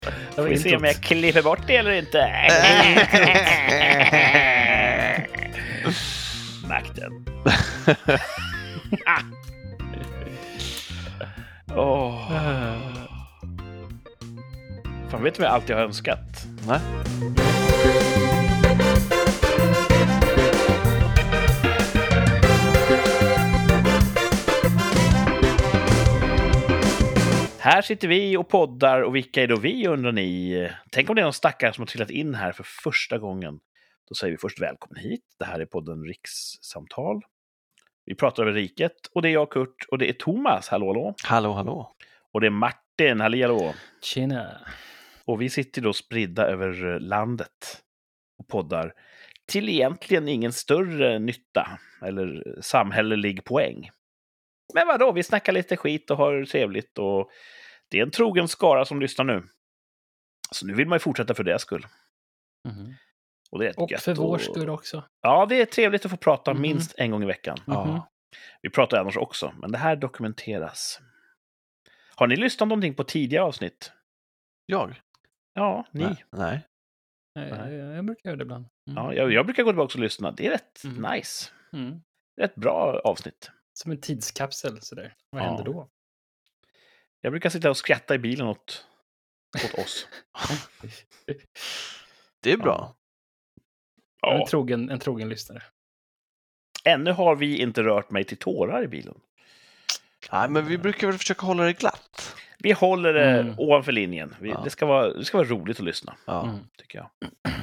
Får vi se om jag klipper bort det eller inte. Makten. Fan, vet du vad jag alltid har önskat? Nej. Här sitter vi och poddar, och vilka är då vi, undrar ni? Tänk om det är någon stackare som har trillat in här för första gången. Då säger vi först välkommen hit. Det här är podden Rikssamtal. Vi pratar över riket, och det är jag, Kurt, och det är Thomas, hallå. Hallå. Och det är Martin, hallå. Tjena. Och vi sitter då spridda över landet och poddar till egentligen ingen större nytta eller samhällelig poäng. Men vadå, vi snackar lite skit och har trevligt, och det är en trogen skara som lyssnar nu. Så nu vill man ju fortsätta för deras skull. Mm. Och det är Och gött för vår skull också. Ja, det är trevligt att få prata minst en gång i veckan. Ja. Vi pratar annars också, men det här dokumenteras. Har ni lyssnat någonting på tidigare avsnitt? Jag? Ja, ni. Nej. Jag brukar göra det ibland. Ja, jag brukar gå tillbaka och lyssna. Det är rätt nice. Rätt bra avsnitt. Som en tidskapsel sådär. Vad händer då? Jag brukar sitta och skratta i bilen åt oss. Det är bra. Ja. En trogen lyssnare. Ännu har vi inte rört mig till tårar i bilen. Nej, men vi brukar väl försöka hålla det glatt. Vi håller det ovanför linjen. Det ska vara roligt att lyssna, tycker jag.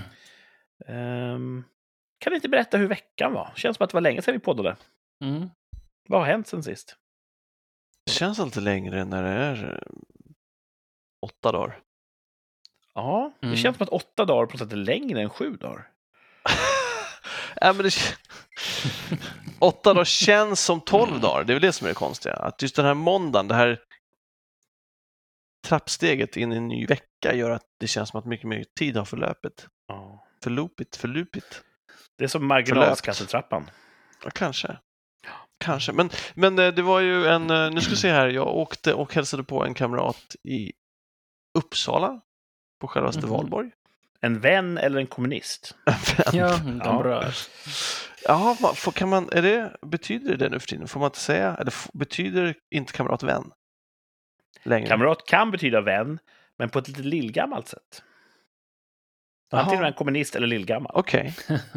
Kan ni inte berätta hur veckan var? Känns som att det var länge sedan vi poddade. Vad har hänt sen sist? Det känns alltid längre när det är 8 dagar. Ja, det känns som att 8 dagar på något sätt är längre än 7 dagar. Ja, men 8 dagar känns som 12 dagar. Det är väl det som är det konstiga. Att just den här måndagen, det här trappsteget in i en ny vecka gör att det känns som att mycket mer tid har förlöpit. Ja. Förlupit. Det är som marginalskattetrappan. Ja, kanske. Men det var ju nu ska vi se här, jag åkte och hälsade på en kamrat i Uppsala på självaste Valborg. En vän eller en kommunist? Ja, bra. Ja, betyder det nu för tiden? Får man inte säga? Eller betyder inte kamrat vän längre? Kamrat kan betyda vän, men på ett lite lillgammalt sätt. Antingen en kommunist eller lillgammal. Okej.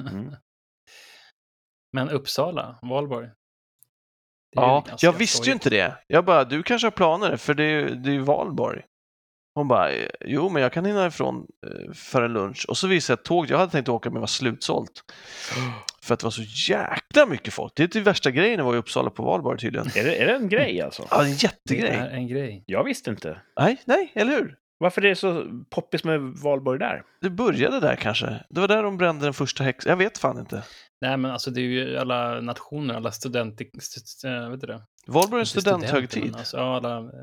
Men Uppsala, Valborg. Ja, jag visste ju inte det. Jag bara, du kanske har planer, för det är ju Valborg. Hon bara, jo, men jag kan hinna ifrån för en lunch. Och så visade jag ett tåg jag hade tänkt åka med var slutsålt. För att det var så jäkla mycket folk. Det är det värsta grejen var i Uppsala på Valborg tydligen. Är det en grej alltså? Ja, en jättegrej. Det är en grej. Jag visste inte. Nej, eller hur? Varför är det så poppis med Valborg där? Det började där kanske. Det var där de brände den första häxan. Jag vet fan inte. Nej, men alltså det är ju alla nationer, alla vet du det? Valborg är en studenthögtid. Alltså, alla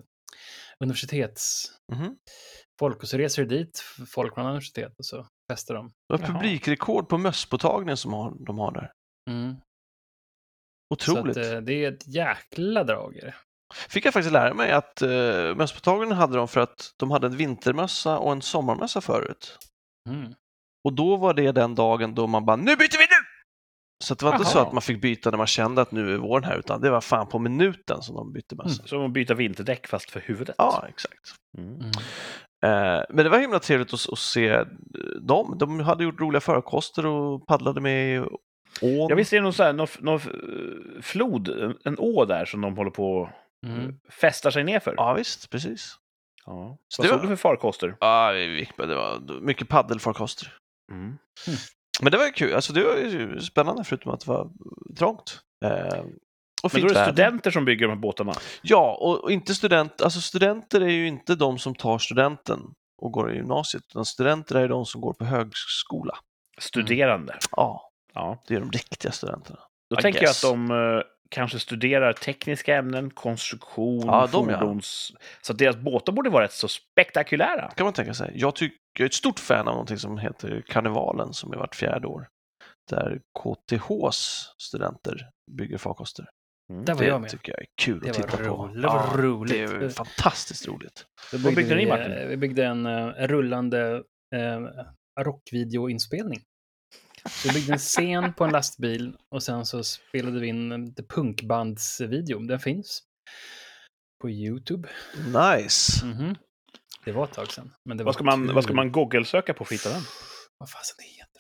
universitetsfolk, och så reser det dit folk från universitet och så festar de. Det var publikrekord på mösspåtagningen som de har där. Otroligt. Så att, det är ett jäkla drag. Fick jag faktiskt lära mig att mösspåtagningen hade de för att de hade en vintermössa och en sommarmössa förut. Och då var det den dagen då man bara, nu byter vi nu! Så det var inte så att man fick byta när man kände att nu är våren här, utan det var fan på minuten som de bytte mössa. Som att byta vinterdäck fast för huvudet. Ja, exakt. Men det var himla trevligt att se dem. De hade gjort roliga förkoster och paddlade med i ån. Jag visste det är någon flod, en å där som de håller på festar sig ner för. Ja, visst, precis. Ja. Så vad såg du för farkoster? Ja, det var mycket paddelfarkoster. Men det var ju kul. Alltså, det var ju spännande förutom att det var trångt. Och men då är det studenter som bygger de här båtarna? Ja, och inte studenter. Alltså studenter är ju inte de som tar studenten och går i gymnasiet. Utan studenter är de som går på högskola. Studerande? Ja, det är de riktiga studenterna. Då tänker jag att de kanske studerar tekniska ämnen, konstruktion, fordons... Så att deras båtar borde vara rätt så spektakulära. Kan man tänka sig. Jag är ett stort fan av någonting som heter Karnevalen som är vart 4:e år. Där KTHs studenter bygger farkoster. Där var jag med. Det tycker jag är kul att titta på. Det var roligt. Det är fantastiskt roligt. Vad byggde ni, Martin? Vi byggde en rullande rockvideoinspelning. Så vi byggde en scen på en lastbil och sen så spelade vi in en punkbandsvideo. Den finns på YouTube. Nice. Det var ett tag sedan. Men det vad ska man Google-söka på för att hitta den? Vad fasen det heter?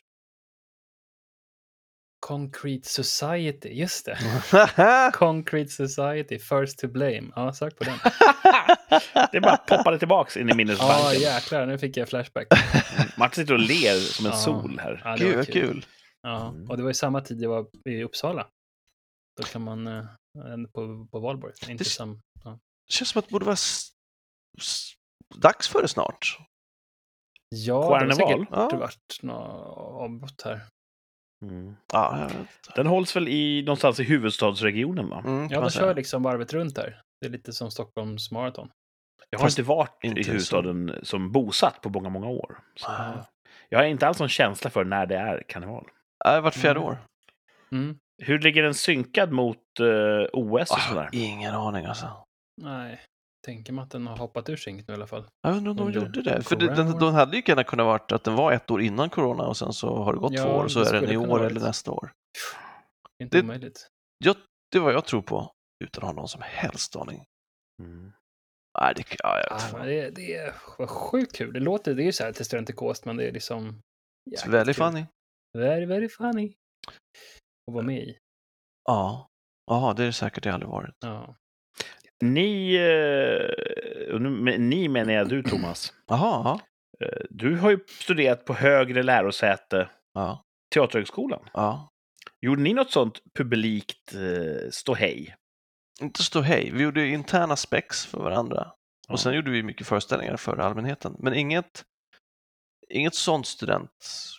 Concrete Society, just det. Concrete Society, First to Blame. Ja, sök på den. Det bara poppade tillbaks in i minnesbanken. Ja, jäklar, nu fick jag flashback. Martin sitter och ler som en sol här. Ja, Gud, vad kul. Ja, och det var i samma tid jag var i Uppsala. Då kan man på Valborg. Inte Det ja. känns som att det borde vara dags för det snart. Ja, Karneval? det har säkert varit något avbrott här. Ja, jag vet. Den hålls väl någonstans i huvudstadsregionen, va? Ja, de kör liksom varvet runt där. Det är lite som Stockholms maraton. Jag har inte varit i huvudstaden som bosatt på många, många år. Jag har inte alls någon känsla för när det är karneval. Vart 4 år. Hur ligger den synkad mot OS och sådär? Ingen aning alltså. Nej, tänker man att den har hoppat ur synk nu i alla fall. Jag undrar om de gjorde det. För de hade ju gärna kunnat vara att den var 1 år innan corona och sen så har det gått 2 år och så är den i år eller nästa år. Inte omöjligt. Det är vad jag tror på utan att ha någon som helst aning. Nej, det var sjukt kul. Det är ju så här till studentikost, men det är liksom väldigt funny. Very, very funny. Att vara med i. Ja, det är det säkert det aldrig varit. Ja. Ni menar jag du, Thomas. Jaha. Du har ju studerat på högre lärosäte, Teaterhögskolan. Ja. Gjorde ni något sånt publikt ståhej? Inte ståhej. Vi gjorde interna spex för varandra. Och sen gjorde vi mycket föreställningar för allmänheten. Men inget sånt studentjippo.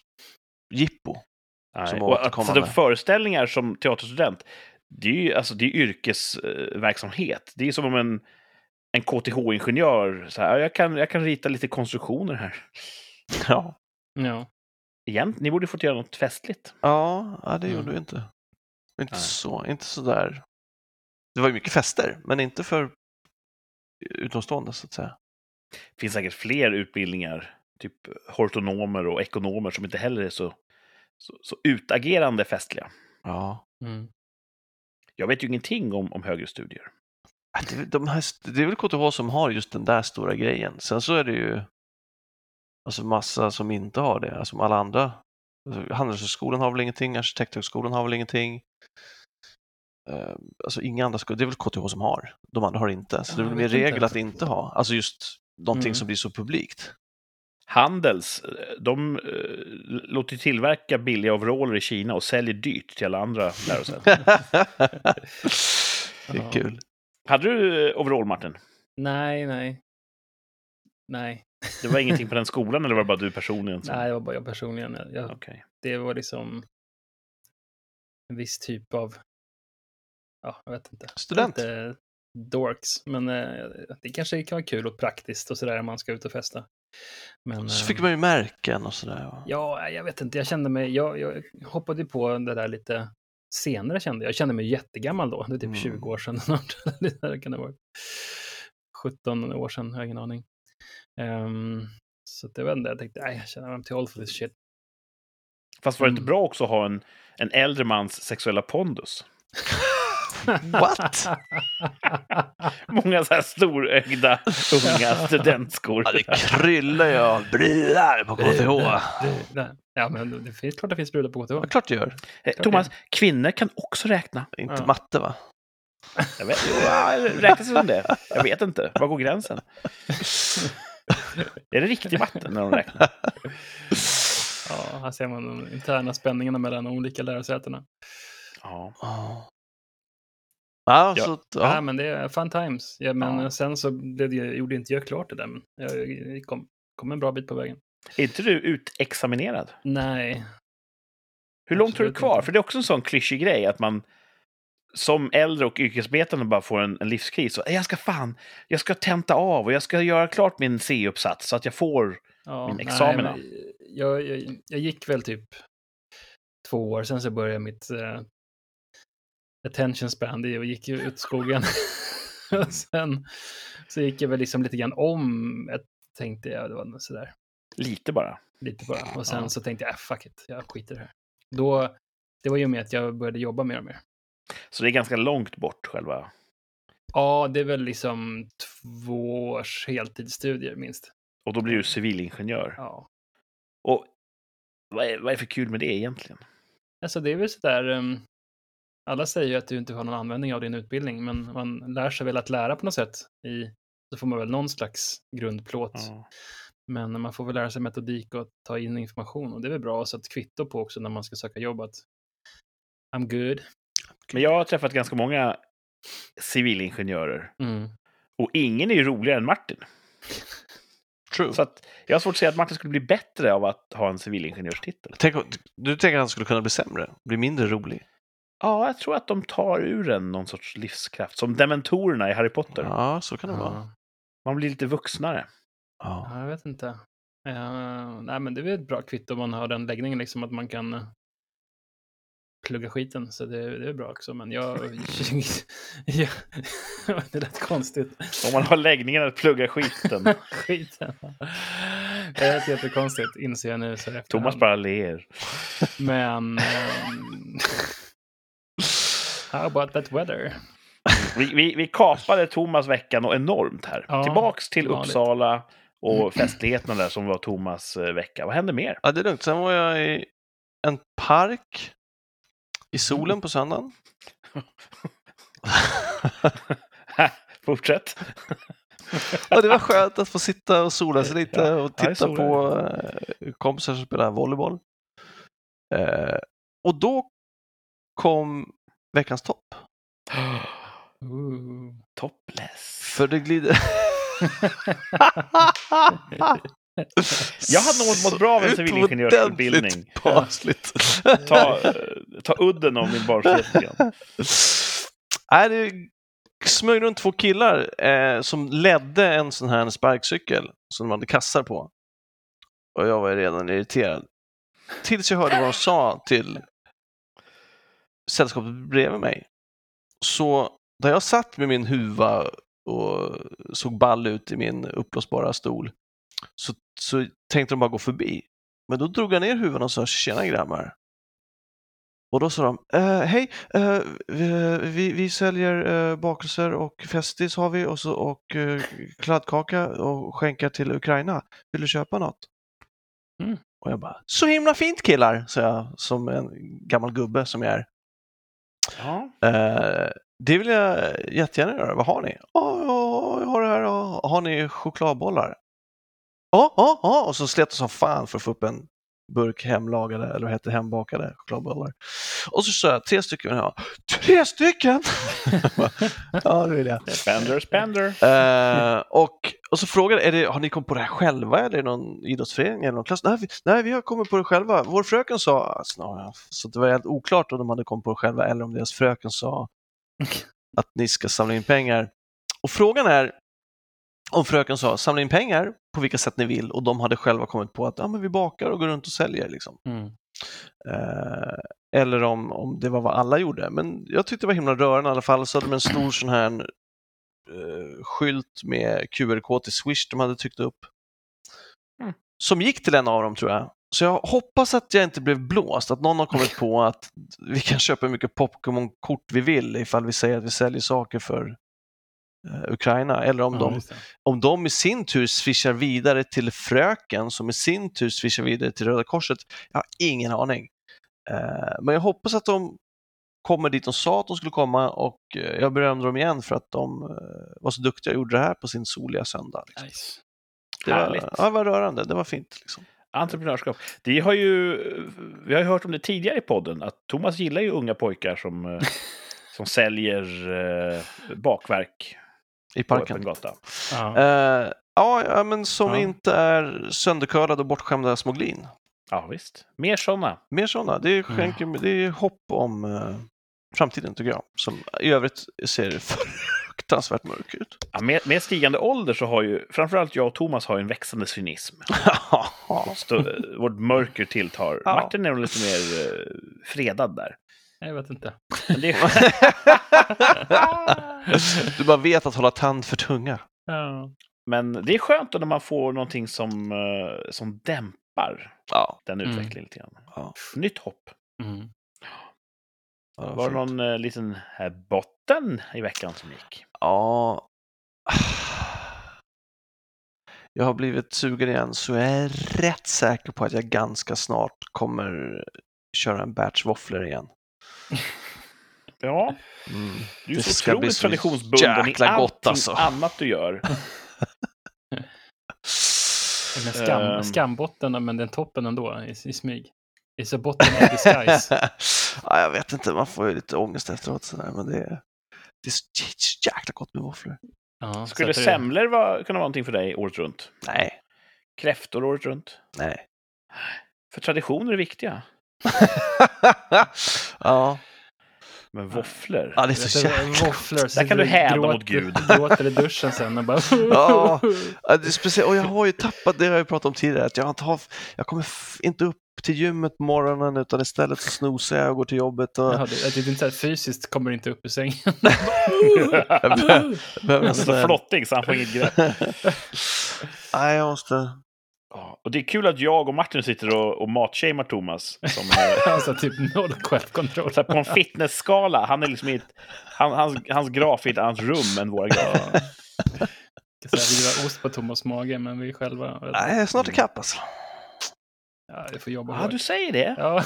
Alltså de föreställningar som teaterstudent, det är ju det är yrkesverksamhet. Det är som om en KTH-ingenjör så här, jag kan rita lite konstruktioner här. Ja. Igen, ni borde fått göra något festligt. Ja, det gjorde vi inte. Inte så där. Det var ju mycket fester, men inte för utomstående så att säga. Det finns säkert fler utbildningar, typ hortonomer och ekonomer som inte heller är så utagerande festliga. Ja. Jag vet ju ingenting om högre studier. Det är väl KTH som har just den där stora grejen. Sen så är det ju massa som inte har det. Alltså alla andra. Handelshögskolan har väl ingenting, Arkitekthögskolan har väl ingenting. Inga andra skolor. Det är väl KTH som har. De andra har inte. Så det är väl mer regel att inte ha. Alltså just någonting som blir så publikt. Handels, de låter tillverka billiga overaller i Kina och säljer dyrt till alla andra lärosäten. Det är kul. Hade du overall, Martin? Nej. Det var ingenting på den skolan, eller var det bara du personligen? Nej, det var bara jag personligen. Det var liksom en viss typ av, jag vet inte. Student. Inte dorks, men det kanske kan vara kul och praktiskt och sådär när man ska ut och festa. Men, så fick man ju märken och sådär. Ja, jag vet inte. Jag kände mig, jag hoppade på det där lite senare jag kände mig jättegammal då. Det är typ 20 år sedan snart. Det kan det vara 17 år sedan, jag har ingen aning. Så det var det jag tänkte, jag känner mig till all for this shit. Fast var det inte bra också att ha en äldre mans sexuella pondus? What? Många så här storögda unga studentskor. Det kryllar ju av brudar på KTH. Ja, men det finns klart det finns brudar på KTH. Ja, klart det gör. Thomas, kvinnor kan också räkna. Inte matte, va? Jag vet, räknas det som det? Jag vet inte. Var går gränsen? Är det riktig matte när de räknar? Ja, här ser man de interna spänningarna mellan de olika lärosätena. Ja. Ja, men det är fun times. Ja, men sen så gjorde inte jag klart det där. Men jag kom en bra bit på vägen. Är inte du utexaminerad? Nej. Hur långt har du kvar? Inte. För det är också en sån klyschig grej att man som äldre och yrkesarbetande bara får en livskris. Så, jag ska tenta av och jag ska göra klart min C-uppsats så att jag får min examina. Jag gick väl typ 2 år sen så började mitt attention span och gick ju ut skogen. Och sen så gick jag väl liksom lite grann om, tänkte jag, det var något sådär. Lite bara. Och sen så tänkte jag, fuck it, jag skiter i det här. Då, det var ju med att jag började jobba mer och mer. Så det är ganska långt bort själva? Ja, det är väl liksom 2 års heltidsstudier minst. Och då blir du civilingenjör? Ja. Och vad är det för kul med det egentligen? Alltså det är väl sådär, alla säger ju att du inte har någon användning av din utbildning, men man lär sig väl att lära på något sätt. Så får man väl någon slags grundplåt. Ja. Men man får väl lära sig metodik och ta in information. Och det är väl bra att sätta kvitto på också när man ska söka jobb att I'm good. Men jag har träffat ganska många civilingenjörer. Och ingen är ju roligare än Martin. True. Så att jag har svårt att säga att Martin skulle bli bättre av att ha en civilingenjörstitel. Du tänker att han skulle kunna bli sämre? Bli mindre rolig? Ja, jag tror att de tar ur en någon sorts livskraft. Som dementorerna i Harry Potter. Ja, så kan det vara. Man blir lite vuxnare. Ja, jag vet inte. Nej, men det är väl ett bra kvitto om man har den läggningen liksom att man kan plugga skiten. Så det är bra också. Men jag det är rätt konstigt. Om man har läggningen att plugga skiten. Det är jättekonstigt, inser jag nu. Så Thomas bara ler. Men how about that weather? Vi kapade Thomas veckan och enormt här. Ja, tillbaks till Uppsala och festligheterna där som var Thomas vecka. Vad hände mer? Ja, det är lugnt. Sen var jag i en park i solen på söndagen. Fortsätt. Ja, det var skönt att få sitta och sola sig lite och titta på kompisar som spelar volleyboll. Och då kom veckans topp. Topless. För det glider... Jag hade nog mått bra av en civilingenjörsutbildning. Ta udden av min barskhet. Nej, det smög runt 2 killar som ledde en sån här sparkcykel som de hade kassar på. Och jag var redan irriterad. Tills jag hörde vad de sa till sällskapet bredvid mig. Så där jag satt med min huva och såg ball ut i min uppblåsbara stol så tänkte de bara gå förbi. Men då drog jag ner huvan och sa tjena grabbar. Och då sa de, hej, vi säljer bakelser och festis har vi och kladdkaka och skänka till Ukraina. Vill du köpa något? Och jag bara, så himla fint killar, sa jag som en gammal gubbe som jag är. Ja. Det vill jag jättegärna göra. Vad har ni? Jag har det här. Har ni chokladbollar? Ja. Och så slet jag som fan för att få upp en burk hemlagade, eller vad heter hembakade chokladbollar. Och så sa jag 3 stycken. Ja, 3 stycken! Ja, det är det. Spender. Och så frågade jag, har ni kommit på det här själva? Eller är det någon idrottsförening eller någon klass? Nej, vi har kommit på det själva. Vår fröken sa, så det var helt oklart om de hade kommit på det själva eller om deras fröken sa att ni ska samla in pengar. Och frågan är, om fröken sa, samla in pengar på vilka sätt ni vill, och de hade själva kommit på att men vi bakar och går runt och säljer liksom. Eller om det var vad alla gjorde. Men jag tyckte det var himla rörande i alla fall. Så hade de en stor sån här skylt med QR-kod till Swish de hade tryckt upp. Som gick till en av dem, tror jag. Så jag hoppas att jag inte blev blåst, att någon har kommit på att vi kan köpa hur mycket Pokémon-kort vi vill ifall vi säger att vi säljer saker för Ukraina, eller om de i sin tur swishar vidare till fröken som i sin tur swishar vidare till Röda Korset. Jag har ingen aning. Men jag hoppas att de kommer dit och sa att de skulle komma, och jag berömde dem igen för att de var så duktiga och gjorde det här på sin soliga söndag. Liksom. Nice. Det var rörande, det var fint liksom. Entreprenörskap. Vi har ju hört om det tidigare i podden, att Thomas gillar ju unga pojkar som säljer bakverk i parken. På gata. Ja, men som inte är sönderkörade och bortskämda småglin. Ja, visst. Mer sådana. Det är hopp om framtiden, tycker jag. Som i övrigt ser fruktansvärt mörk ut. Ja, med stigande ålder så har ju framförallt jag och Thomas har en växande cynism. Vårt mörker tilltar. Martin är nog lite mer fredad där. Jag vet inte. Men det Du bara vet att hålla tand för tunga. Ja. Men det är skönt då när man får någonting som dämpar den utvecklingen lite grann. Ja. Nytt hopp. Mm. Ja, var det någon liten botten i veckan som gick? Ja. Jag har blivit sugen igen, så jag är rätt säker på att jag ganska snart kommer köra en batch våfflor igen. Ja, du är Det så ska bli otroligt så traditionsbunden i jäkla allting gott, alltså. annat du gör. Men skambotten, men den toppen ändå i smyg. It's a bottom of disguise. Ja, jag vet inte, man får ju lite ångest efteråt sådär, men det är så jäkla gott med våfflor. Ja, skulle semlor kunna vara någonting för dig året runt? Nej. Kräftor året runt? Nej. För traditioner är viktiga. Ja. Men våfflor? Ja, det är så jäkla våfflor. Där kan du häda mot Gud. Gråter i duschen sen och bara... Ja, det är speciellt. Och jag har ju tappat, det har jag pratat om tidigare, att jag kommer inte upp till gymmet på morgonen, utan istället så snosar jag och går till jobbet. Och... Jaha, det är inte så här, fysiskt kommer inte upp i sängen. Så flotting så han får inget grepp. Nej, jag måste... Ja, och det är kul att jag och Martin sitter och matshamear Thomas. Som, alltså typ noll självkontroll. På en fitnessskala. Han är liksom hans graf är i ett annat rum än våra grafer. Vi gör ost på Thomas mage, men vi själva... Nej, jag är snart i kapp alltså. Ja, det får jobba. Ja, du säger det. Ja.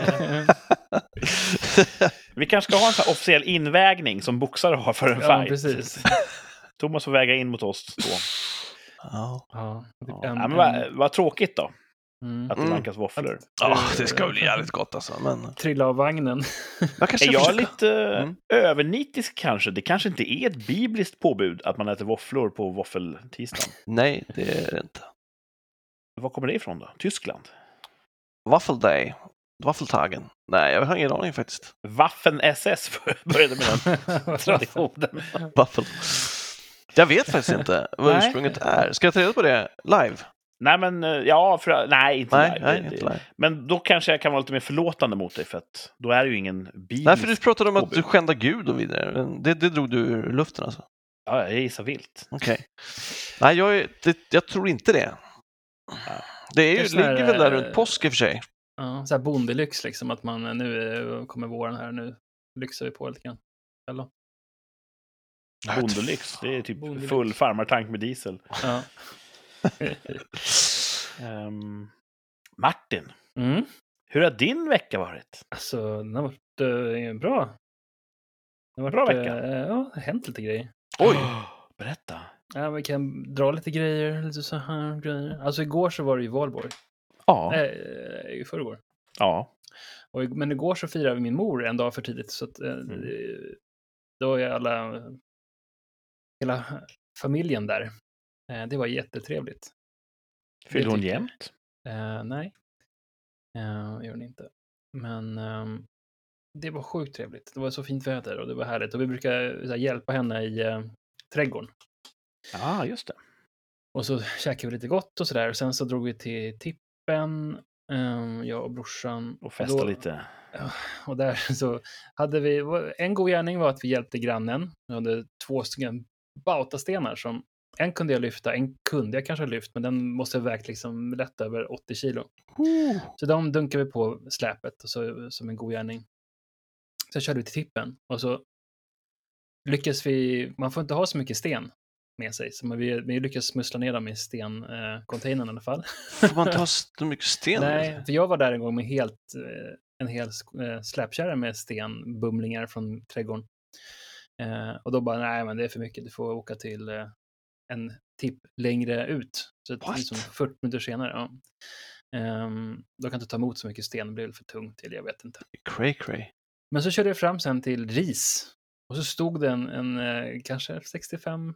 Vi kanske ska ha en sån här officiell invägning som boxare har för en fight. Ja, precis. Thomas får väga in mot oss två. Ja. Men vad tråkigt då. Att det vankas våfflor. Ja, det ska bli jävligt gott alltså. Men... Trilla av vagnen. Är jag lite övernitisk kanske? Det kanske inte är ett bibliskt påbud att man äter våfflor på våffeltisdagen. Nej, det är det inte. Var kommer det ifrån då? Tyskland? Waffelday. Waffeltagen. Nej, jag har ingen aning faktiskt. Waffen SS började med den traditionen. Waffel. Jag vet faktiskt inte vad ursprunget är. Ska jag ta reda på det live? Nej, men nej, inte live. Men då kanske jag kan vara lite mer förlåtande mot dig, för att då är det ju ingen biblisk. Nej, för du pratade om att du skändar Gud och vidare. Det drog du ur luften alltså. Ja, jag gissar vilt. Okej. Nej, jag tror inte det. Ja. Det är ju, ligger väl där runt påsk i och för sig. Ja, så här bondelyx liksom, att man nu kommer våren här, nu lyxar vi på lite grann. Eller? Bondelyx, det är typ full farmartank med diesel. Ja. Martin, hur har din vecka varit? Alltså, den har varit bra. Det har varit bra vecka? Ja, det har hänt lite grejer. Oj, berätta. Ja, vi kan dra lite grejer, lite så här grejer. Alltså igår så var det ju Valborg. Ja. I förrgår. Ja. Men igår så firade vi min mor en dag för tidigt, så att då är hela familjen där. Det var jättetrevligt. Fyllde hon jämt? Nej, gör hon inte. Men det var sjukt trevligt. Det var så fint väder och det var härligt. Och vi brukar hjälpa henne i trädgården. Ja, just det. Och så käkade vi lite gott och sådär. Och sen så drog vi till tippen, jag och brorsan. Och festade lite. Och där så hade vi, en god gärning var att vi hjälpte grannen. Vi hade 2 stycken bautastenar som en kunde jag lyfta, en kunde jag kanske ha lyft, men den måste ha vägt liksom lätt över 80 kilo. Så de dunkade vi på släpet och så, som en god gärning. Så körde vi till tippen och så lyckas vi, man får inte ha så mycket sten med sig, så vi lyckas smussla ner dem i stencontainern i alla fall. Får man inte ha så mycket sten? Nej, för jag var där en gång med en hel släpkärra med stenbumlingar från trädgården. Och då bara, nej men det är för mycket, du får åka till en tipp längre ut. Så det är liksom 40 minuter senare. Ja. Då kan du ta emot så mycket sten, det blir väl för tungt till, jag vet inte. Cray. Men så körde jag fram sen till ris. Och så stod det en kanske 60-65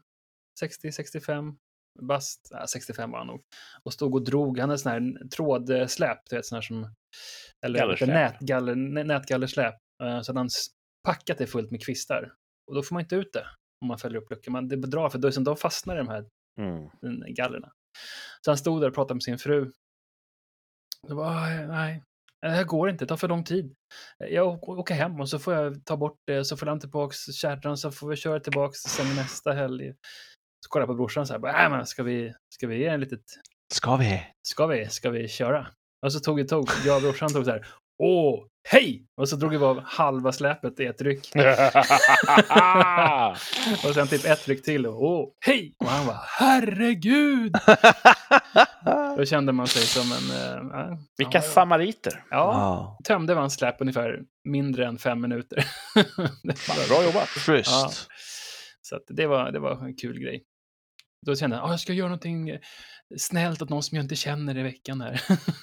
bast, 65 var han nog. Och stod och drog, han hade sån här trådsläp, du vet, sån här som, eller nätgallersläp. Så hade han packat det fullt med kvistar. Och då får man inte ut det om man fäller upp luckan. Det bedrar, för då fastnar de här gallerna. Så han stod där och pratade med sin fru. Det var, nej, det här går inte, det tar för lång tid. Jag åker hem och så får jag ta bort det, så får jag tillbaka kärran, så får vi köra tillbaka sen nästa helg. Så kollar jag på brorsan så här, men ska vi ge en litet... Ska vi köra? Och så tog jag och brorsan tog så här, hej! Och så drog vi av halva släpet i ett ryck. Och sen typ ett ryck till och hej! Och han var, herregud! Då kände man sig som en... Vilka samariter. Ja, tömde man släp ungefär mindre än 5 minuter. Bra jobbat. Schysst. Ja. Så att det var en kul grej. Då kände jag ska göra någonting snällt åt någon som jag inte känner i veckan här.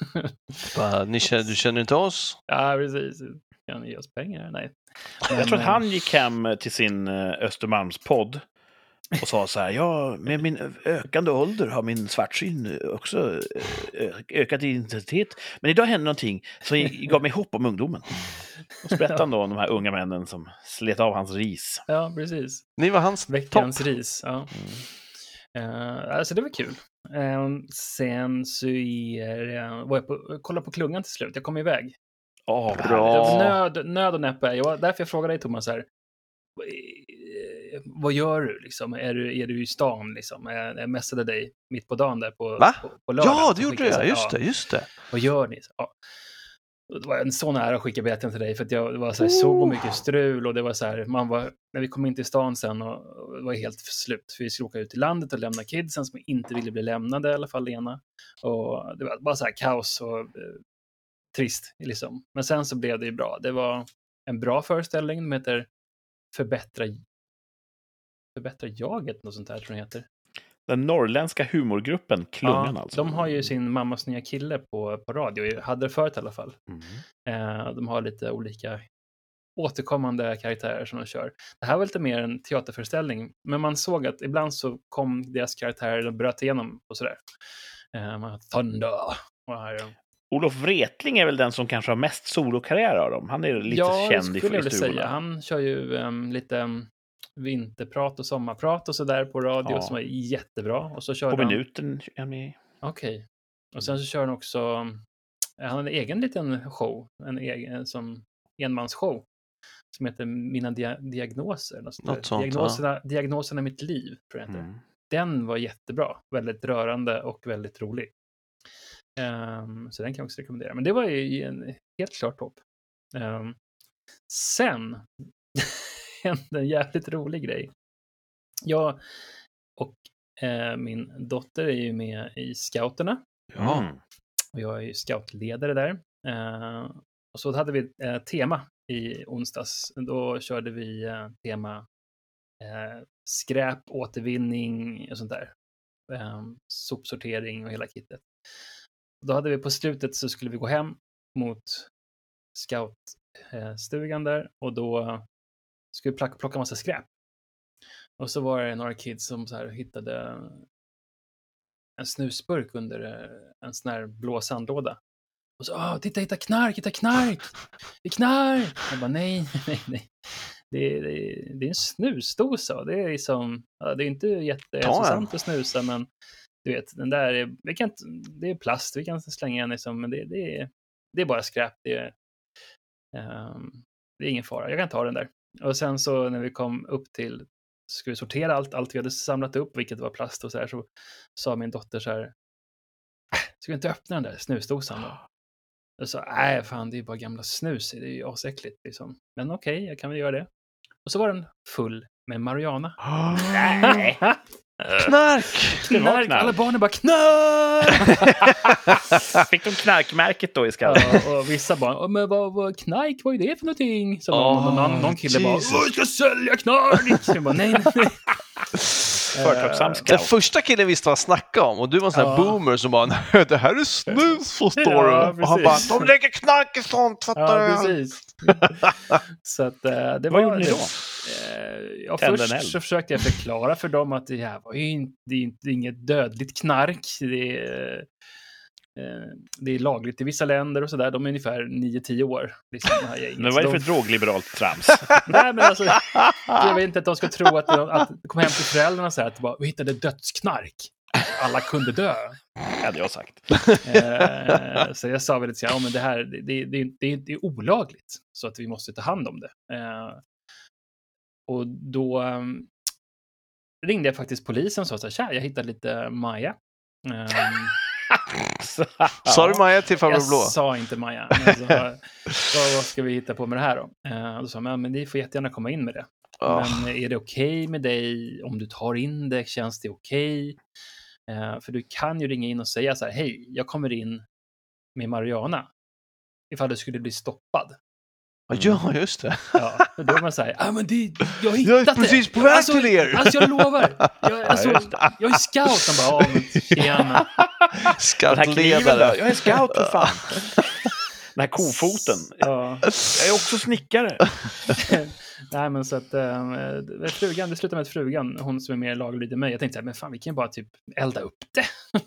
Du känner inte oss? Ja, precis. Kan ni ge oss pengar? Nej. Jag tror att han gick hem till sin Östermalmspodd och sa så här, med min ökande ålder har min svartsyn också ökat i intensitet. Men idag hände någonting som gav mig hopp om ungdomen. Och så berättade han då om de här unga männen som slet av hans ris. Ja, precis. Ni var hans veckans ris, ja. Alltså det var kul. Sen så var jag kolla på Klungan till slut. Jag kom iväg. Bra. Nöd och näppe. Därför jag frågade dig, Thomas, här. Vad gör du liksom? Är du i stan liksom? Jag messade dig mitt på dagen där på lördag. Ja, det gjorde jag. Just det. Vad gör ni? Ja. Det var en sån ära att skicka biljetten till dig, för att det var så mycket strul, och det var så här, när vi kom in till stan sen och det var helt slut, för vi skulle åka ut i landet och lämna kidsen som inte ville bli lämnade, i alla fall Lena, och det var bara så här kaos och trist liksom. Men sen så blev det ju bra. Det var en bra föreställning, den heter Förbättra jaget, något sånt där tror jag heter. Den norrländska humorgruppen Klungan alltså. De har ju sin mammas nya kille på radio. Hade det förut i alla fall. De har lite olika återkommande karaktärer som de kör. Det här var lite mer en teaterföreställning. Men man såg att ibland så kom deras karaktärer och bröt igenom och sådär. Thunder. Olof Wretling är väl den som kanske har mest solokarriär av dem. Han är lite känd i stugorna. Han kör ju lite... vinterprat och sommarprat och så där på radio som är jättebra. Och så kör på minuten är med. Okej. Och sen så kör han också, han har en egen liten show, en egen som enmansshow som heter Mina diagnoser. Något sånt, Diagnoserna i mitt liv, tror jag heter. Den var jättebra, väldigt rörande och väldigt rolig. Så den kan jag också rekommendera. Men det var ju helt klart topp. Sen en jävligt rolig grej. Jag och min dotter är ju med i scouterna. Ja. Och jag är ju scoutledare där. Och så hade vi tema i onsdags. Då körde vi tema skräp, återvinning och sånt där. Sopsortering och hela kittet. Då hade vi på slutet, så skulle vi gå hem mot scoutstugan där, och då skulle vi plocka massa skräp. Och så var det några kids som så här hittade en snusburk under en sån här blå sandlåda. Och så, hitta knark! Det är knark! Jag bara, nej. Det är en snusdosa. Det är liksom, det är inte jättehälsosamt att snusa, men du vet, den där det är plast, vi kan slänga den liksom, men det är bara skräp. Det är ingen fara. Jag kan ta den där. Och sen så när vi kom upp till, skulle vi sortera allt vi hade samlat upp, vilket var plast och så här, så sa min dotter så här, ska vi inte öppna den där snusdosan då? Och så, nej fan, det är bara gamla snus, det är ju asäckligt liksom. Men okej, jag kan väl göra det. Och så var den full med marijuana. Nej! Knark! Alla barnen bara knark! Fick de knarkmärket då i skallen? Ja, och vissa barn, men vad knark, vad är det för någonting? Så någon kille bara, jag ska sälja knark! Så jag bara, nej. Den första killen visste vad han snackade om, och du var en sån här boomer som bara, nej, det här är snus, förstår du? Och han bara, de lägger knark i sånt, fattar du? Ja, precis. Så att, det vad gjorde ni då? Först så försökte jag förklara för dem att det här var ju det är inget dödligt knark. Det är lagligt i vissa länder och sådär. De är ungefär 9-10 år. Liksom, men vad är det för drogliberalt trams? Nej, men alltså, jag vet inte att de ska tro att de kom hem till föräldrarna och säga att vi hittade dödsknark. Alla kunde dö. hade jag sagt. Så jag sa väl så här, men det här det är olagligt, så att vi måste ta hand om det. Och då ringde jag faktiskt polisen och sa så här, tja, jag hittade lite Maja. Sa du Maja till farbror Blå? Jag sa inte Maja. Men vad ska vi hitta på med det här då? Då sa man, men ni får jättegärna komma in med det. Men är det okej med dig om du tar in det? Känns det okej? För du kan ju ringa in och säga så här, hej, jag kommer in med marijuana. Ifall du skulle bli stoppad. Ja, just det. Ja, då är man så här, men jag har hittat det. Jag är precis på väg till er. Alltså jag lovar. Jag är scout. Han bara, tjena. Scoutledare. Jag är scout för fan. Den här kofoten. Ja. Jag är också snickare. Nej, men så att frugan, det slutade med att frugan, hon som är mer laglydig än mig, jag tänkte så här, men fan, vi kan bara typ elda upp det.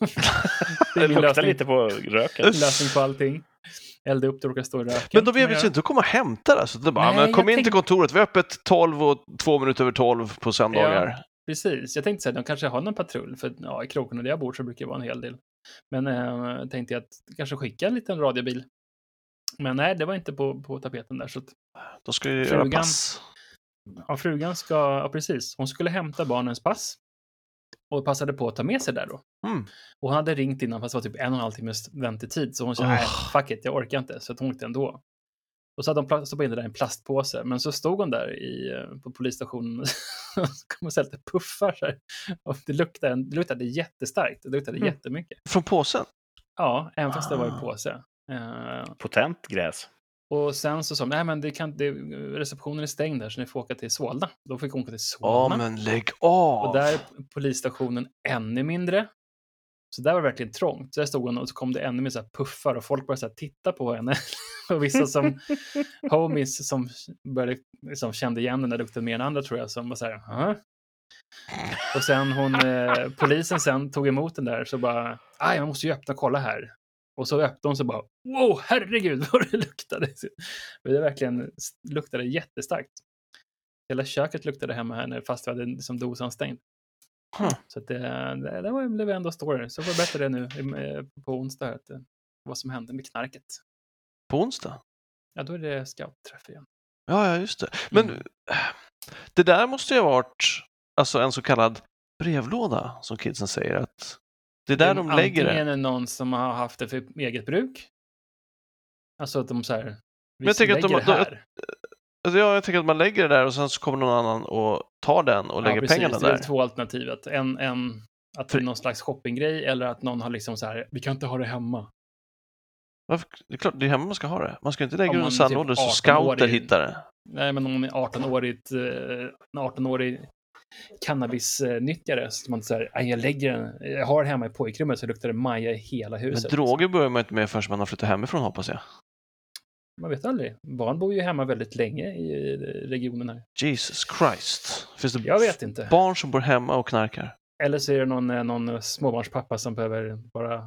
Det luktar lite på röken. Lösning på allting. Elda upp det och råkar stå i röken. Men de erbjuds inte att komma och hämta det. Så det bara, men kom in till kontoret, vi är öppet 12 och 2 minuter över 12 på söndagar. Ja, precis. Jag tänkte så här, de kanske har någon patrull, för i krokarna där jag bor så brukar det vara en hel del. Men tänkte jag att kanske skicka en liten radiobil. Men nej, det var inte på tapeten där. Så att då ska ju göra pass. Ja, frugan ska, precis. Hon skulle hämta barnens pass. Och passade på att ta med sig där då. Och hon hade ringt innan, fast det var typ 1,5 timmes väntetid. Så hon sa, nej, fuck it, jag orkar inte. Så att hon åkte ändå. Och så hade de stoppat in det där i en plastpåse. Men så stod hon där på polisstationen och kom och ställde puffar så här. Och det luktade jättestarkt. Det luktade jättemycket. Från påsen? Ja, även fast det var i påse. Potent gräs. Och sen så sa nej, men receptionen är stängd där, så ni får åka till Solna. Då fick hon åka till Solna. Men lägg av! Och där är polisstationen ännu mindre. Så där var det verkligen trångt. Så där stod hon och så kom det ännu mer så här puffar och folk började så här titta på henne. Och vissa som homies som började, som kände igen den där lukten mer än andra, tror jag, som var så här, Och sen polisen sen tog emot den där, så bara, man måste ju öppna och kolla här. Och så öppnade hon, så bara, wow, herregud vad det luktade. Det verkligen luktade jättestarkt. Hela köket luktade hemma här, fast vi hade liksom dosan stängd. Så att det blev ändå story. Så får jag berätta det nu på onsdag, att vad som hände med knarket. På onsdag? Ja, då är det scoutträff igen. Ja, just det. Men det där måste ju ha varit alltså en så kallad brevlåda, som kidsen säger, att det är där de lägger det. Antingen är det någon som har haft det för eget bruk. Alltså att de så här, men jag tänker att man lägger det där och sen så kommer någon annan och tar den och lägger pengarna där. Det är 2 alternativ. Att att det är någon slags shoppinggrej, eller att någon har liksom så här, vi kan inte ha det hemma. Varför? Det är klart, det är hemma man ska ha det. Man ska inte lägga det i en sandlåda så scouter hittar det. Nej, men om man är 18-årig cannabisnyttjare, så man inte så här, jag har det hemma i pojkrummet, så luktar det Maja i hela huset. Men droger börjar man inte med förrän man har flyttat hemifrån, hoppas jag. Man vet aldrig. Barn bor ju hemma väldigt länge i regionen här. Jesus Christ. Finns det jag vet inte. Barn som bor hemma och knarkar? Eller så är det någon småbarnspappa som behöver bara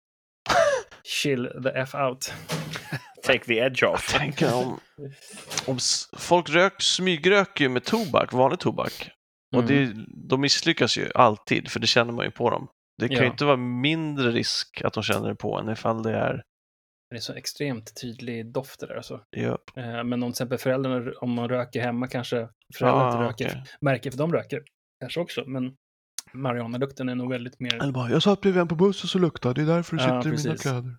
chill the F out. Take the edge off. Jag tänker om folk smygröker ju med tobak, vanlig tobak. Och de misslyckas ju alltid, för det känner man ju på dem. Det kan ju inte vara mindre risk att de känner det på än ifall det är... Det är så extremt tydlig doft där alltså. Yep. Men om till exempel föräldrarna, om man röker hemma, kanske föräldrarna inte röker, märker för de röker kanske också, men marijuana-lukten är nog väldigt mer... Eller bara, jag satt bredvid en på bussen så luktade, det är därför du sitter i mina kläder.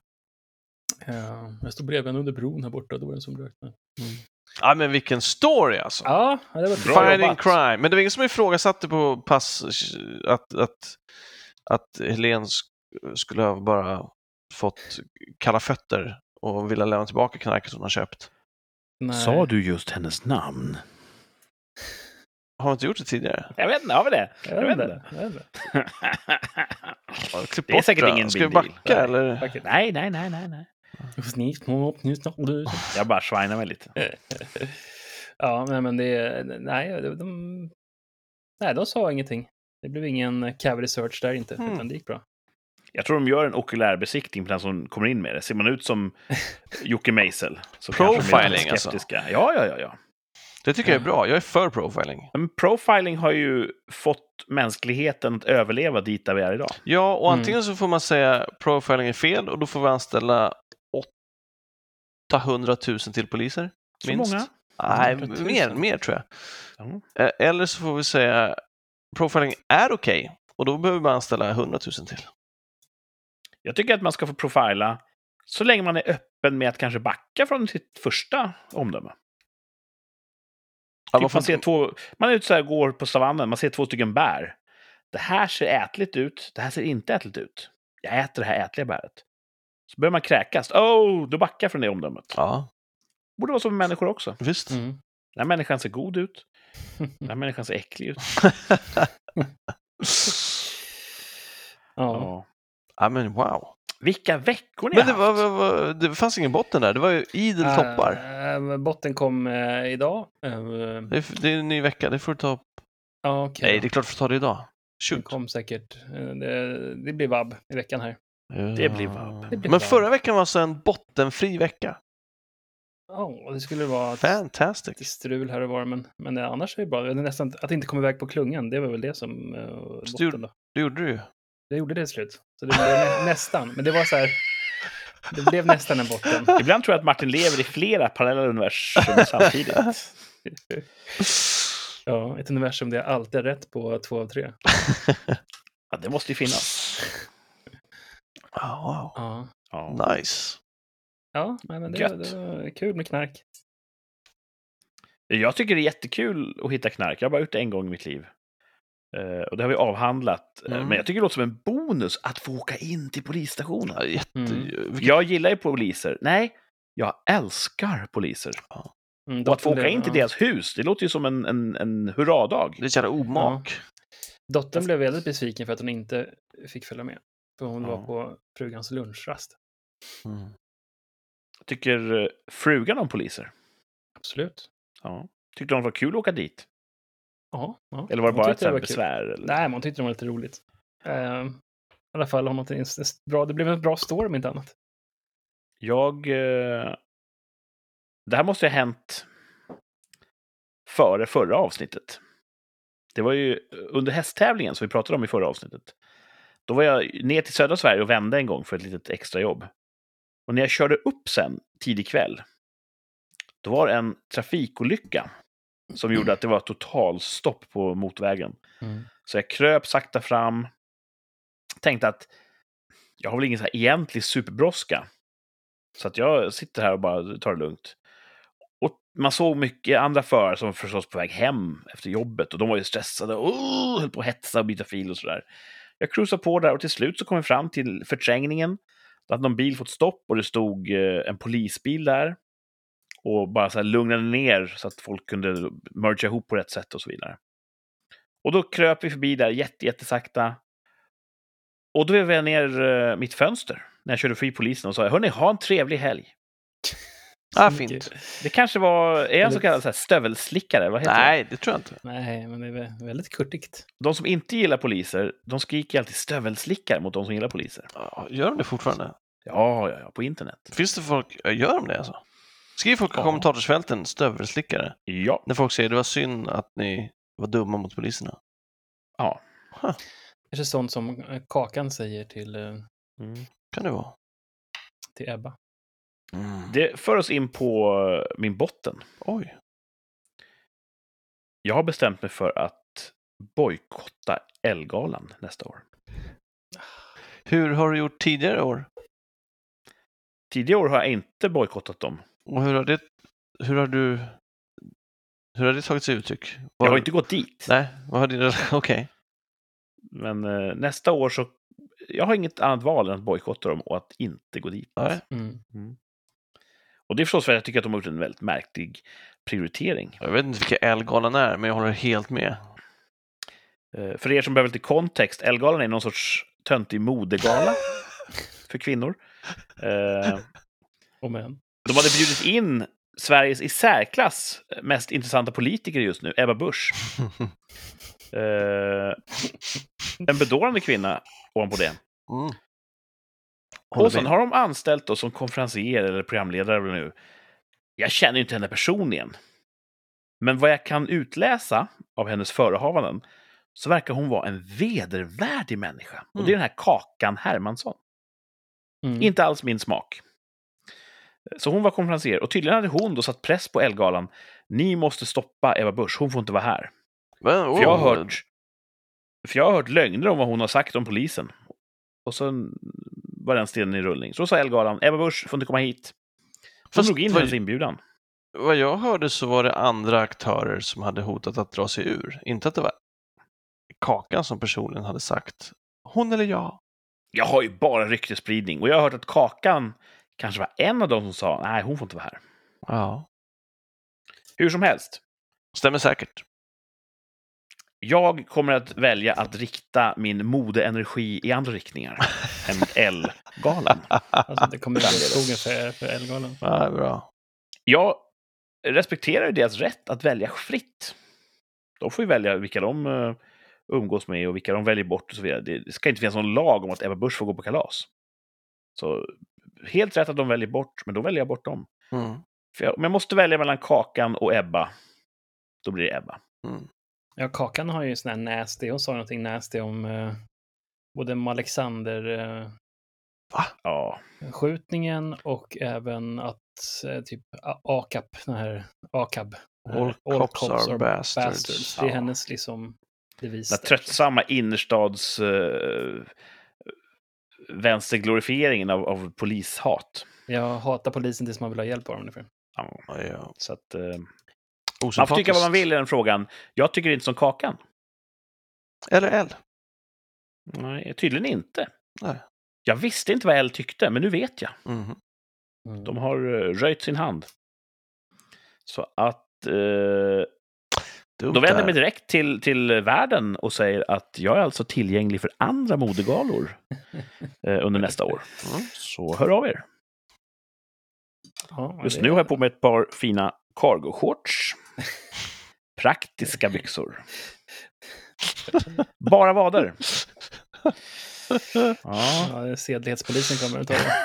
Jag stod bredvid en under bron här borta, då var det en som rökte. Ja, men vilken story alltså. Ja, det var Finding crime. Men det var ingen som ifrågasatte på pass att Helene skulle ha bara fått kalla fötter och ville lämna tillbaka knarket hon har köpt. Nej. Sa du just hennes namn? Har du inte gjort det tidigare? Jag vet inte, har vi det? Jag vet inte. Det är säkert ingen Ska vi backa eller? Nej. Jag bara svinar mig lite. Ja, men de sa ingenting. Det blev ingen cavity search där inte, utan det gick bra. Jag tror de gör en okulärbesiktning på den som kommer in med det. Ser man ut som Jocke Meisel, så profiling kanske de är skeptiska. Alltså. Ja. Det tycker jag är bra. Jag är för profiling. Men profiling har ju fått mänskligheten att överleva dit där vi är idag. Ja, och antingen så får man säga profiling är fel och då får vi anställa 800 000 till poliser. Så minst. många? Nej, mer tror jag. Eller så får vi säga profiling är okej. Och då behöver man anställa 100 000 till. Jag tycker att man ska få profila så länge man är öppen med att kanske backa från sitt första omdöme. Ja, Typ man är ute så här, går på savannen, man ser 2 stycken bär. Det här ser ätligt ut, det här ser inte ätligt ut. Jag äter det här ätliga bäret. Så börjar man kräkas. Då backar från det omdömet. Ja. Borde vara som med människor också. Visst. Den här människan ser god ut. Den här människan ser äcklig ut. Ja. Ja, men wow. Vilka veckor ni har haft. Det fanns ingen botten där. Det var ju idel toppar. Botten kom idag. Det är en ny vecka. Det får du ta upp. Okay. Nej, det är klart du får ta det idag. Det kom säkert. Det blir vabb i veckan här. Det blir vabb. Men förra veckan var så en bottenfri vecka. Ja, det skulle vara fantastiskt strul här och var, men annars är det bra. Det är nästan att inte komma iväg på klungan, det var väl det som botten då. Det gjorde du ju. Det gjorde det slut. Så det blev nästan, men det var så här. Det blev nästan en botten. Ibland tror jag att Martin lever i flera parallella universum samtidigt. Ja, ett universum där jag alltid är rätt på 2 av 3. Ja, det måste ju finnas. Wow. Ja. Nice. Ja, men det var kul med knark. Jag tycker det är jättekul att hitta knark. Jag har bara gjort det en gång i mitt liv. Och det har vi avhandlat. Men jag tycker det låter som en bonus att få åka in till polisstationen. Jag gillar ju poliser. Nej, jag älskar poliser. Och att få åka in till deras hus, det låter ju som en hurradag. Det är jävla omak. Dottern blev väldigt besviken för att hon inte fick följa med. För hon var på frugans lunchrast. Tycker frugan om poliser? Absolut. Ja. Tyckte hon var kul att åka dit? Ja. Eller var det bara ett besvär? Eller? Nej, man tyckte det var lite roligt. I alla fall har något bra. Det blev en bra story om inte annat. Det här måste ha hänt före förra avsnittet. Det var ju under hästtävlingen som vi pratade om i förra avsnittet. Då var jag ner till södra Sverige och vände en gång för ett litet extra jobb. Och när jag körde upp sen tidig kväll, då var det en trafikolycka som gjorde att det var totalstopp på motorvägen. Så jag kröp sakta fram, tänkte att jag har väl ingen så här egentlig superbrådska. Så att jag sitter här och bara tar det lugnt. Och man såg mycket andra förare som var förstås på väg hem efter jobbet. Och de var ju stressade och höll på att hetsa och byta fil och sådär. Jag cruisade på där och till slut så kom vi fram till förträngningen. Då hade någon bil fått stopp och det stod en polisbil där. Och bara så här lugnade ner så att folk kunde mergea ihop på rätt sätt och så vidare. Och då kröp vi förbi där jättesakta. Och då vevade jag ner mitt fönster när jag körde förbi polisen och sa: hörni, ha en trevlig helg. Fint. Det kanske var en så kallad så här stövelslickare. Vad heter Nej, det tror jag inte. Nej, men det är väldigt kurtigt. De som inte gillar poliser, de skriker alltid stövelslickare mot de som gillar poliser. Gör de det fortfarande? Ja, på internet. Finns det folk, gör de det alltså? Skriv folk i kommentarsfälten stövelslickare. Ja. När folk säger det var synd att ni var dumma mot poliserna. Ja. Det är sånt som Kakan säger till Kan det vara? Till Ebba. Det för oss in på min botten. Oj. Jag har bestämt mig för att bojkotta Ellegalan nästa år. Hur har du gjort tidigare år? Tidigare år har jag inte bojkottat dem. Och hur har det tagit sig uttryck? Jag har inte gått dit. Nej, vad har det? Okej. Men nästa år så jag har inget annat val än att bojkotta dem och att inte gå dit. Nej. Och det är förstås för att jag tycker att de har gjort en väldigt märklig prioritering. Jag vet inte vilka Ellegalan är, men jag håller helt med. För er som behöver lite kontext, Ellegalan är någon sorts töntig modegala för kvinnor. De hade bjudit in Sveriges i särklass mest intressanta politiker just nu, Ebba Busch. En bedårande kvinna ovanpå det. Och sen har de anställt då som konferencier eller programledare nu. Jag känner ju inte henne personligen. Men vad jag kan utläsa av hennes förehavanden så verkar hon vara en vedervärdig människa. Och det är den här Kakan Hermansson. Inte alls min smak. Så hon var konferencier. Och tydligen hade hon då satt press på Ellegalan. Ni måste stoppa Ebba Busch. Hon får inte vara här. För jag har hört lögner om vad hon har sagt om polisen. Och så var den stenen i rullning. Så sa Ellegalan, Ebba Busch får inte komma hit. Hon drog in hennes inbjudan. Vad jag hörde så var det andra aktörer som hade hotat att dra sig ur. Inte att det var Kakan som personligen hade sagt hon eller jag. Jag har ju bara ryktespridning. Och jag har hört att Kakan kanske var en av dem som sa nej, hon får inte vara här. Ja. Hur som helst. Stämmer säkert. Jag kommer att välja att rikta min modeenergi i andra riktningar än Ellegalan. Alltså det kommer att skogen för Ellegalan. Ja, bra. Jag respekterar deras rätt att välja fritt. De får ju välja vilka de umgås med och vilka de väljer bort och så vidare. Det ska inte finnas någon lag om att Ebba Busch får gå på kalas. Så helt rätt att de väljer bort, men då väljer jag bort dem. För om jag måste välja mellan Kakan och Ebba, då blir det Ebba. Ja, Kakan har ju en sån här nasty. Hon sa någonting nasty om både Alexander skjutningen och även att typ AKAP, den här AKAB. All cops are bastards. Det är hennes liksom devis. Den tröttsamma innerstads vänsterglorifieringen av polishat. Jag hatar polisen tills man vill ha hjälp av dem ungefär. Ja. Så att man får tycka vad man vill i den frågan. Jag tycker inte som Kakan. Eller L. Nej, tydligen inte. Nej. Jag visste inte vad L tyckte, men nu vet jag. De har röjt sin hand. Så att då vänder jag mig direkt till världen och säger att jag är alltså tillgänglig för andra modegalor under nästa år. Så hör av er. Just nu har jag på mig ett par fina cargo-shorts. Praktiska byxor. Bara vader. Ja, sedlighetspolisen kommer att ta det.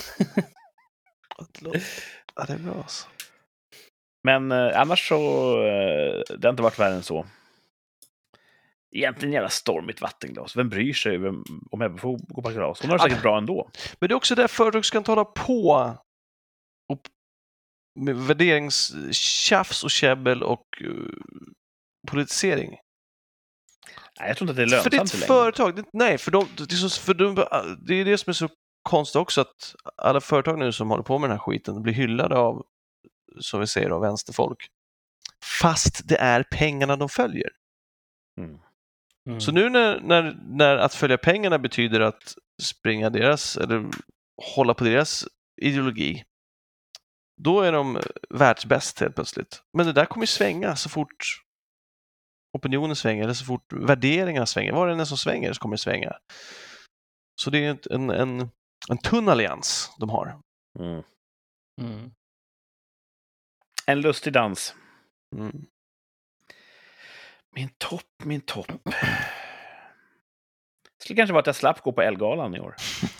Ja, det är bra alltså. Men annars så det har inte varit värre än så. Egentligen jävla stormigt vattenglas. Vem bryr sig om Ebba får gå på kalas? Hon har det säkert bra ändå. Men det är också där företag ska inte hålla på och med värderingstjafs och käbbel och politisering. Nej, jag tror inte att det är lönsamt. För det är ett företag. Nej, det är det som är så konstigt också, att alla företag nu som håller på med den här skiten blir hyllade av, som vi säger, av vänsterfolk. Fast det är pengarna de följer. Så nu när att följa pengarna betyder att springa deras, eller hålla på deras ideologi, då är de världsbäst helt plötsligt. Men det där kommer ju svänga så fort opinionen svänger, eller så fort värderingarna svänger. Var det en som svänger så kommer det svänga. Så det är en tunn allians de har. En lustig dans. Min topp. Det skulle kanske vara att jag slapp gå på Ellegalan i år.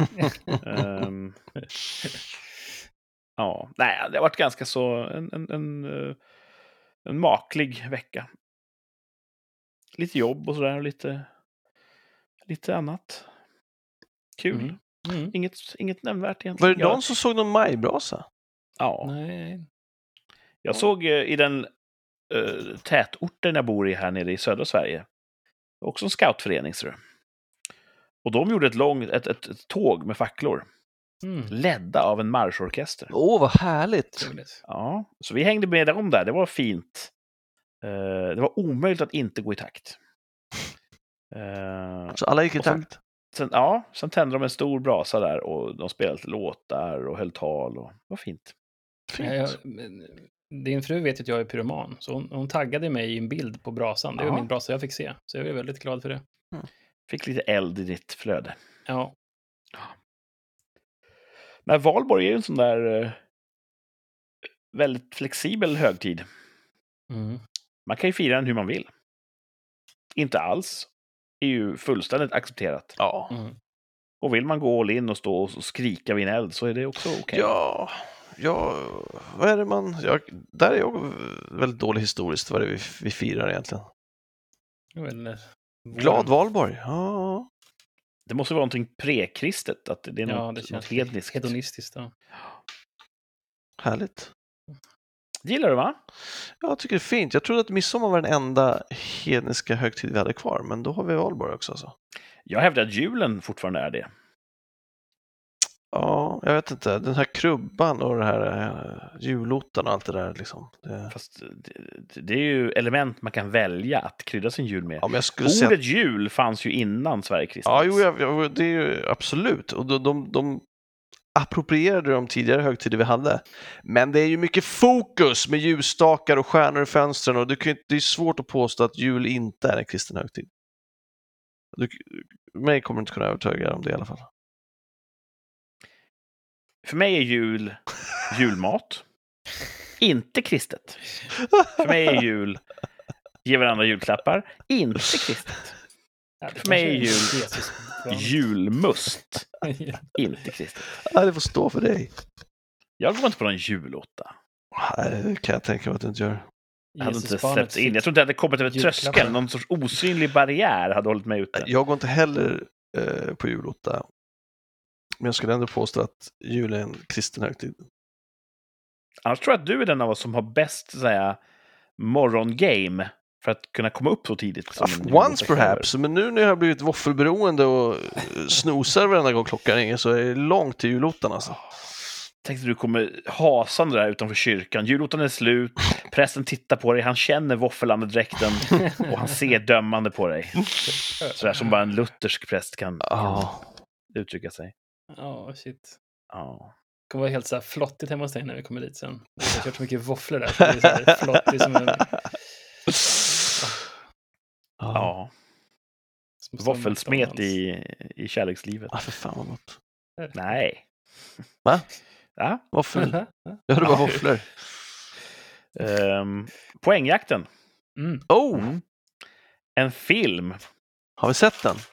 Nej, det har varit ganska så en maklig vecka. Lite jobb och sådär, lite annat. Kul. Inget nämnvärt egentligen. Var det någon som såg någon majbrasa? Ja. Nej. Jag såg i den tätorten jag bor i här nere i södra Sverige. Också en scoutförening, så. Och de gjorde ett tåg med facklor. Ledda av en marschorkester. Vad härligt! Ja, så vi hängde med dem där. Det var fint. Det var omöjligt att inte gå i takt. Så alla gick i takt? Sen tände de en stor brasa där och de spelade låtar och höll tal. Och det var fint. Din fru vet att jag är pyroman, så hon taggade mig i en bild på brasan. Det var min brasa jag fick se, så jag är väldigt glad för det. Fick lite eld i ditt flöde. Ja. Men Valborg är ju en sån där väldigt flexibel högtid. Man kan ju fira den hur man vill. Inte alls. Det är ju fullständigt accepterat. Ja. Och vill man gå all in och stå och skrika vid en eld så är det också okej. Ja. vad är det där är jag väldigt dålig historiskt vad det är vi firar egentligen. Glad Valborg, ja. Det måste vara någonting pre-kristet, att det är det känns hedniskt. Hedonistiskt, ja. Härligt. Gillar du, va? Jag tycker det är fint. Jag trodde att midsommar var den enda hedniska högtid vi hade kvar, men då har vi Valborg också. Alltså. Jag hävdar att julen fortfarande är det. Ja, jag vet inte. Den här krubban och det här julotan och allt det där. Liksom. Fast det är ju element man kan välja att krydda sin jul med. Ja, men Ordet jul fanns ju innan Sverige kristnas. Ja, det är ju absolut. Och de approprierade de tidigare högtider vi hade. Men det är ju mycket fokus med ljusstakar och stjärnor i fönstren. Och det är svårt att påstå att jul inte är en kristen högtid. Mig kommer inte kunna övertyga om det i alla fall. För mig är jul julmat. Inte kristet. För mig är jul ge varandra julklappar. Inte kristet. För mig är jul julmust. Inte kristet. Ja, det får stå för dig. Jag går inte på någon julotta. Nej, det kan jag tänka mig att du inte gör. Jag hade inte släppt in. Jag tror inte att det hade kommit över tröskeln. Någon sorts osynlig barriär hade hållit mig ute. Jag går inte heller på julotta. Men jag skulle ändå påstå att jul är en kristen högtid. Annars tror jag att du är den av oss som har bäst morgongame för att kunna komma upp så tidigt. Once perhaps, men nu när jag har blivit våffelberoende och snosar varenda gång klockan ringer så är det långt till julottan alltså. Tänkte du kommer hasande där utanför kyrkan. Julottan är slut, prästen tittar på dig, han känner våffelandedräkten och han ser dömande på dig. Sådär som bara en luthersk präst kan uttrycka sig. Shit. Ja. Det kommer vara helt så här flottigt hemma hos dig när vi kommer dit sen. Jag har kört så mycket våfflor där. Så det är så här flottigt som en... Ja. Våffelsmet i kärlekslivet. För fan vad gott. Nej. Va? Ja. Våffel? Jag hörde bara våfflor. Poängjakten. En film. Har vi sett den?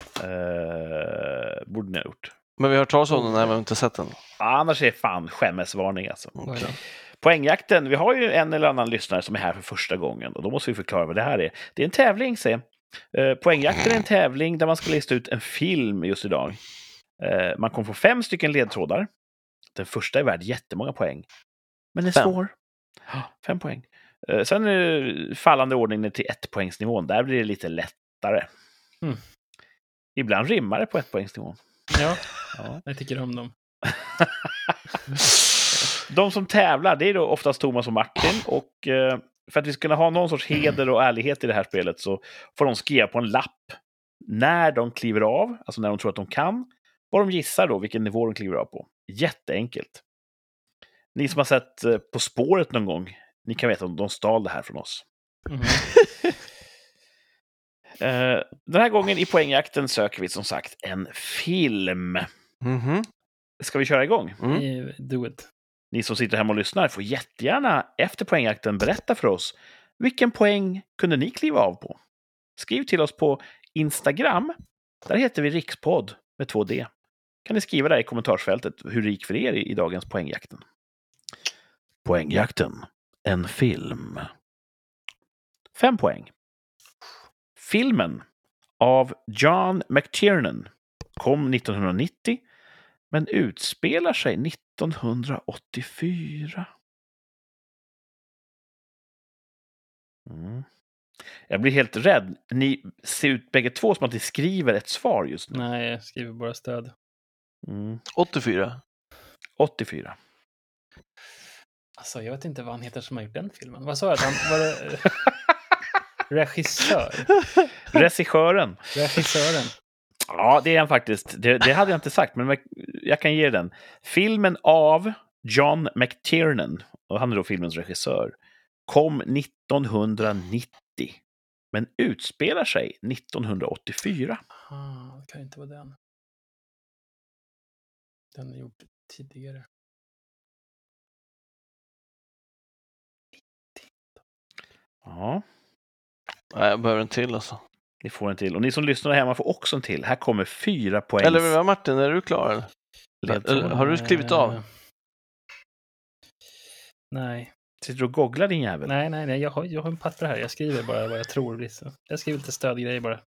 Borde ni ha gjort. Men vi har hört talas om den när vi inte sett den. Annars är fan skämmesvarning alltså. Okay. Poängjakten, vi har ju en eller annan lyssnare som är här för första gången och då måste vi förklara vad det här är. Det är en tävling, se. Poängjakten är en tävling där man ska lista ut en film just idag. Man kommer få 5 stycken ledtrådar. Den första är värd jättemånga poäng. Men den är svår. 5 poäng. Sen är fallande ordningen till 1-poängsnivån. Där blir det lite lättare. Ibland rimmar det på 1-poängsnivån. Ja, jag tycker om dem. De som tävlar, det är då oftast Thomas och Martin. Och för att vi ska kunna ha någon sorts heder och ärlighet i det här spelet så får de skriva på en lapp när de kliver av, alltså när de tror att de kan, vad de gissar då, vilken nivå de kliver av på. Jätteenkelt. Ni som har sett På spåret någon gång, ni kan veta att de stal det här från oss. Den här gången i poängjakten söker vi som sagt en film. Ska vi köra igång? Do it. Ni som sitter hemma och lyssnar får jättegärna efter poängjakten berätta för oss vilken poäng kunde ni kliva av på. Skriv till oss på Instagram. Där heter vi Rikspodd med 2D. Kan ni skriva där i kommentarsfältet hur det gick för er i dagens poängjakten. Poängjakten. En film. 5 poäng. Filmen av John McTiernan kom 1990 men utspelar sig 1984. Jag blir helt rädd. Ni ser ut bägge två som att ni skriver ett svar just nu. Nej, jag skriver bara stöd. 84. 84. Alltså, jag vet inte vad han heter som har gjort den filmen. Vad sa jag? Han var det... Regissören. Ja, det är han faktiskt. Det hade jag inte sagt, men jag kan ge den. Filmen av John McTiernan, och han är då filmens regissör, kom 1990, men utspelar sig 1984. Det kan inte vara den. Den är gjord tidigare. Ja. Nej, jag behöver en till alltså. Ni får en till. Och ni som lyssnar hemma får också en till. Här kommer 4 poäng. Eller Martin, är du klar? Eller har du klivit av? Nej. Sitter du och googlar din jävel? Nej. Jag har en papper här. Jag skriver bara vad jag tror. Jag skriver lite stödgrejer bara.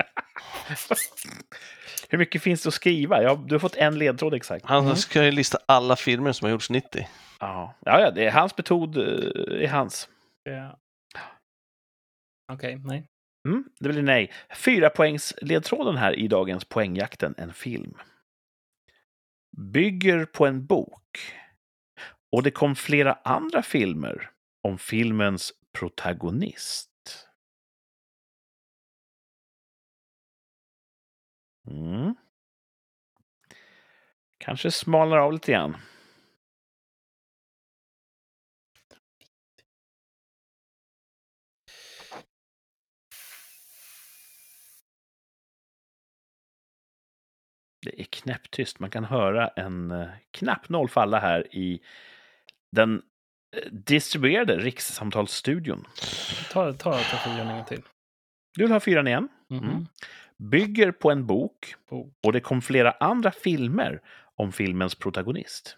Hur mycket finns det att skriva? Du har fått en ledtråd exakt. Han ska ju lista alla filmer som har gjorts 90. Ja, det är hans metod. Är hans. Ja. Okej, nej. Det blir nej. 4 poängs ledtråden här i dagens poängjakten, en film. Bygger på en bok. Och det kom flera andra filmer om filmens protagonist. Kanske smalnar av lite grann. Det är knäpptyst. Man kan höra en knapp noll falla här i den distribuerade rikssamtalsstudion. Ta 4 en gång till. Du vill ha 4 igen? Bygger på en bok. Och det kom flera andra filmer om filmens protagonist.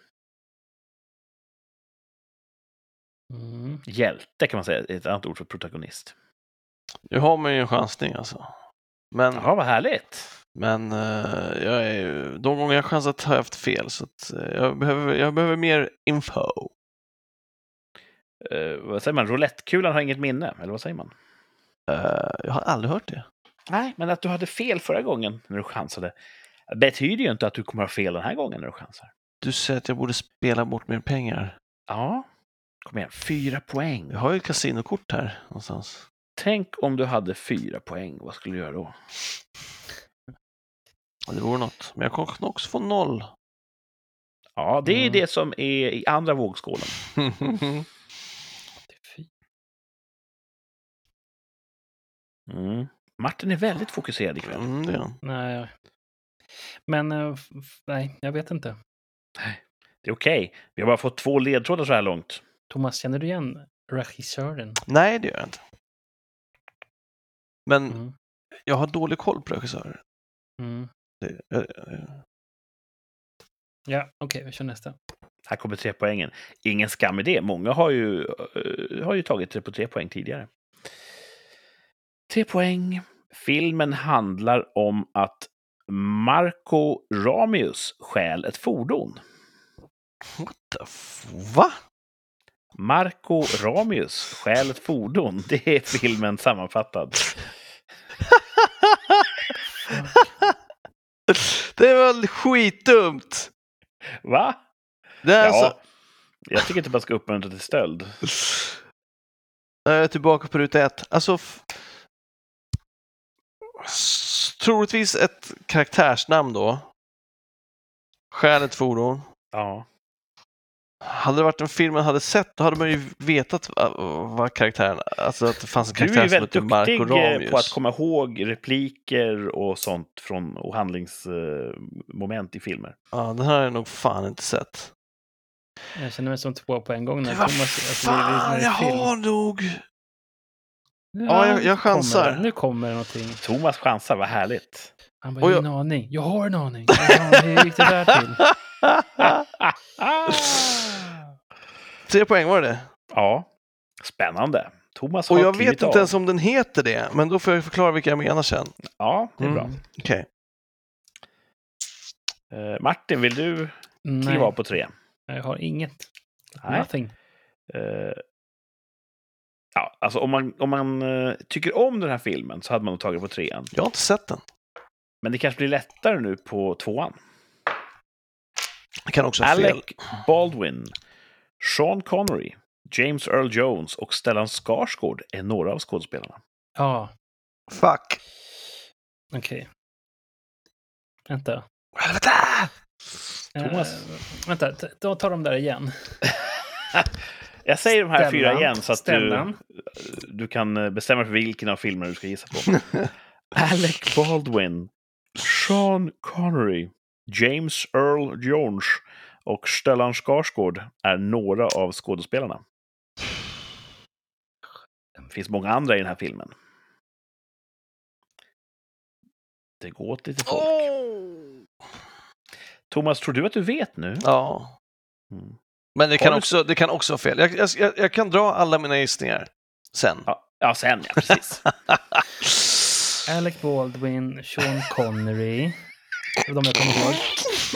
Hjälte kan man säga, ett annat ord för protagonist. Nu har man ju en chansning alltså. Men, ja, vad härligt. Men de gånger jag chansat har jag haft fel, så att jag behöver mer info. Vad säger man? Roulettekulan har inget minne, eller vad säger man? Jag har aldrig hört det. Nej, men att du hade fel förra gången när du chansade betyder ju inte att du kommer ha fel den här gången när du chansar. Du säger att jag borde spela bort mer pengar. Ja, kom igen. 4 poäng. Jag har ju ett kasinokort här någonstans. Tänk om du hade 4 poäng. Vad skulle du göra då? Det vore något. Men jag kan också få 0. Ja, det är det som är i andra vågskålen. Martin är väldigt fokuserad ikväll. Ja. Nej. Men nej, jag vet inte. Det är okej. Vi har bara fått 2 ledtrådar så här långt. Thomas, känner du igen regissören? Nej, det gör jag inte. Men jag har dålig koll på regissörer. Ja, okej, vi kör nästa. Här kommer 3 poängen. Ingen skam i det. Många har ju tagit det på 3 poäng tidigare. 3 poäng. Filmen handlar om att Marco Ramius stjäl ett fordon. What the va? Marco Ramius stjäl ett fordon. Det är filmen sammanfattad. Det är väl skitdumt. Va? Det är alltså... Jag tycker inte man ska uppmuntra till stöld. Jag är tillbaka på ruta 1. Alltså... Troligtvis ett karaktärsnamn då. Stjäl ett fordon. Ja. Hade det varit en film man hade sett, då hade man ju vetat vad karaktären... Alltså att det fanns en karaktär som heter Marco Ramius. Du är väldigt duktig på att komma ihåg repliker och sånt och handlingsmoment i filmer. Ja, den här har jag nog fan inte sett. Jag känner mig som 2 på en gång. När jag har nog... Ja, jag chansar. Nu kommer det någonting. Thomas chansar, vad härligt. Han bara, jag har en aning. Jag har en aning. Hur gick det där till? 3 poäng var det? Ja, spännande. Thomas har och jag vet inte av. ens om den heter det, men då får jag förklara vilka jag menar sen. Ja, det är bra. Okej. Martin, vill du kliva av på 3? Jag har inget. Nej. Nothing. Ja, alltså om man tycker om den här filmen så hade man nog tagit på 3. Jag har inte sett den. Men det kanske blir lättare nu på 2. Jag kan också ha Alec fel. Baldwin, Sean Connery, James Earl Jones och Stellan Skarsgård är några av skådespelarna. Ja. Fuck. Okej. Vänta. Thomas. Vänta, då tar de där igen. Jag säger de här 4 igen så att du kan bestämma för vilken av filmerna du ska gissa på. Alec Baldwin, Sean Connery, James Earl Jones och Stellan Skarsgård är några av skådespelarna. Det finns många andra i den här filmen. Det går åt lite folk. Thomas, tror du att du vet nu? Ja. Men det kan också vara fel. Jag kan dra alla mina gissningar sen. Ja, sen, ja, precis. Alec Baldwin, Sean Connery. Det var de jag kommer ihåg.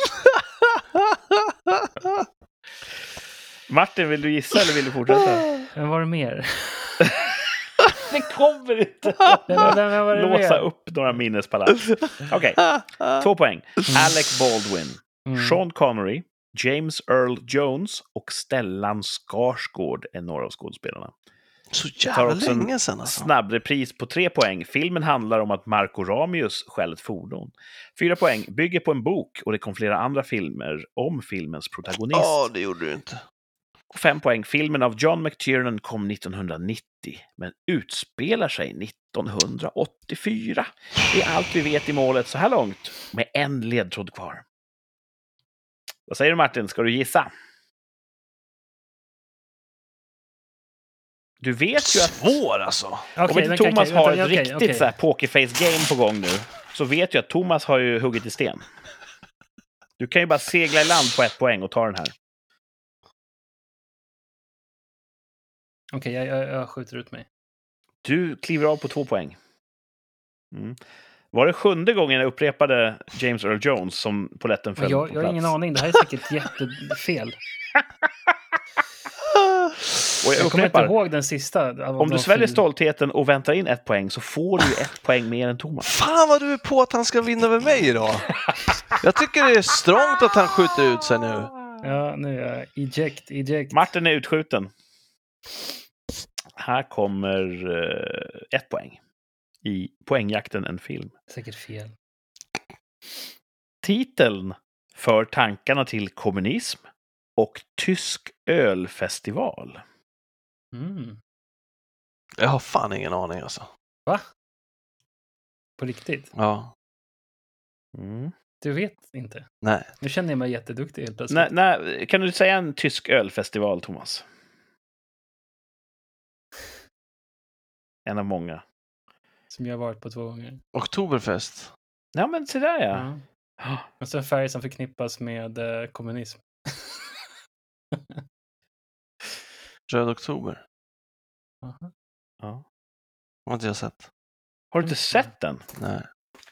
Martin, vill du gissa eller vill du fortsätta? Vem var det mer? Det kommer inte låsa upp några minnespalats. Okej, 2 poäng. Alec Baldwin, Sean Connery, James Earl Jones och Stellan Skarsgård är några av skådespelarna. Så jävla länge sedan alltså. Snabb repris på 3 poäng. Filmen handlar om att Marco Ramius stjäl ett fordon. 4 poäng. Bygger på en bok och det kom flera andra filmer om filmens protagonist. Ja, det gjorde du inte. 5 poäng. Filmen av John McTiernan kom 1990, men utspelar sig 1984. Det är allt vi vet i målet så här långt, med en ledtråd kvar. Vad säger du, Martin? Ska du gissa? Du vet ju att... Svår alltså. Om inte Thomas har ett riktigt så här pokerface-game på gång nu, så vet jag att Thomas har ju huggit i sten. Du kan ju bara segla i land på 1 poäng och ta den här. Okej, jag skjuter ut mig. Du kliver av på 2 poäng. Var det 7:e gången jag upprepade James Earl Jones som polletten föll på plats? Jag har ingen aning, det här är säkert jättefel. Och jag kommer inte ihåg den sista. Om du sväljer stoltheten och väntar in 1 poäng så får du 1 poäng mer än Thomas. Fan vad du är på att han ska vinna över mig idag. Jag tycker det är strångt att han skjuter ut sig nu. Ja, nu är jag eject. Martin är utskjuten. Här kommer 1 poäng. I poängjakten en film. Säkert fel. Titeln för tankarna till kommunism och tysk ölfestival. Jag har fan ingen aning alltså. Va? På riktigt? Ja. Du vet inte? Nej. Nu känner jag mig jätteduktig helt plötsligt. Nej, kan du säga en tysk ölfestival, Thomas? En av många. Som jag har varit på 2 gånger. Oktoberfest. Ja, men så där ja. Och så en färg som förknippas med kommunism. Röd oktober. Ja. Har inte jag sett. Har du inte sett den? Nej.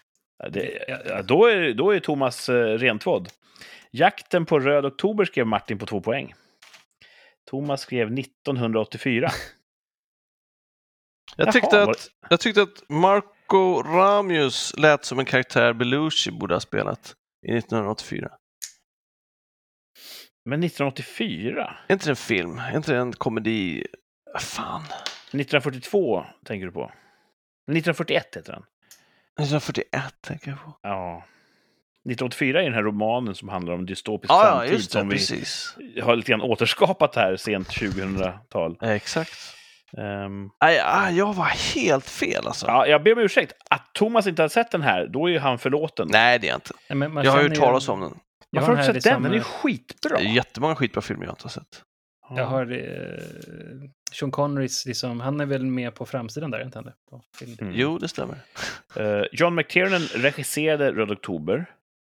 Då är Thomas rentvådd. Jakten på röd oktober skrev Martin på 2 poäng. Thomas skrev 1984. Jag tyckte att Marco Ramius lät som en karaktär Belushi borde ha spelat i 1984. Men 1984? Är inte det en film? Är inte det en komedi? Fan. 1942 tänker du på? 1941 heter den. 1941 tänker jag på. Ja. 1984 är den här romanen som handlar om dystopisk framtid just det, som precis. Vi har lite grann återskapat här sent 2000-tal. Exakt. Jag var helt fel alltså. Ja, jag ber om ursäkt. Att Thomas inte har sett den här, då är ju han förlåten. Nej, det är inte. Jag har ju talat om den. Varför har du sett den? Den är skitbra. Det är jättemånga skitbra filmer jag inte har sett. Jag har Sean Connerys, liksom, han är väl med på framsidan där, inte han? Jo, det stämmer. John McTiernan regisserade Röd oktober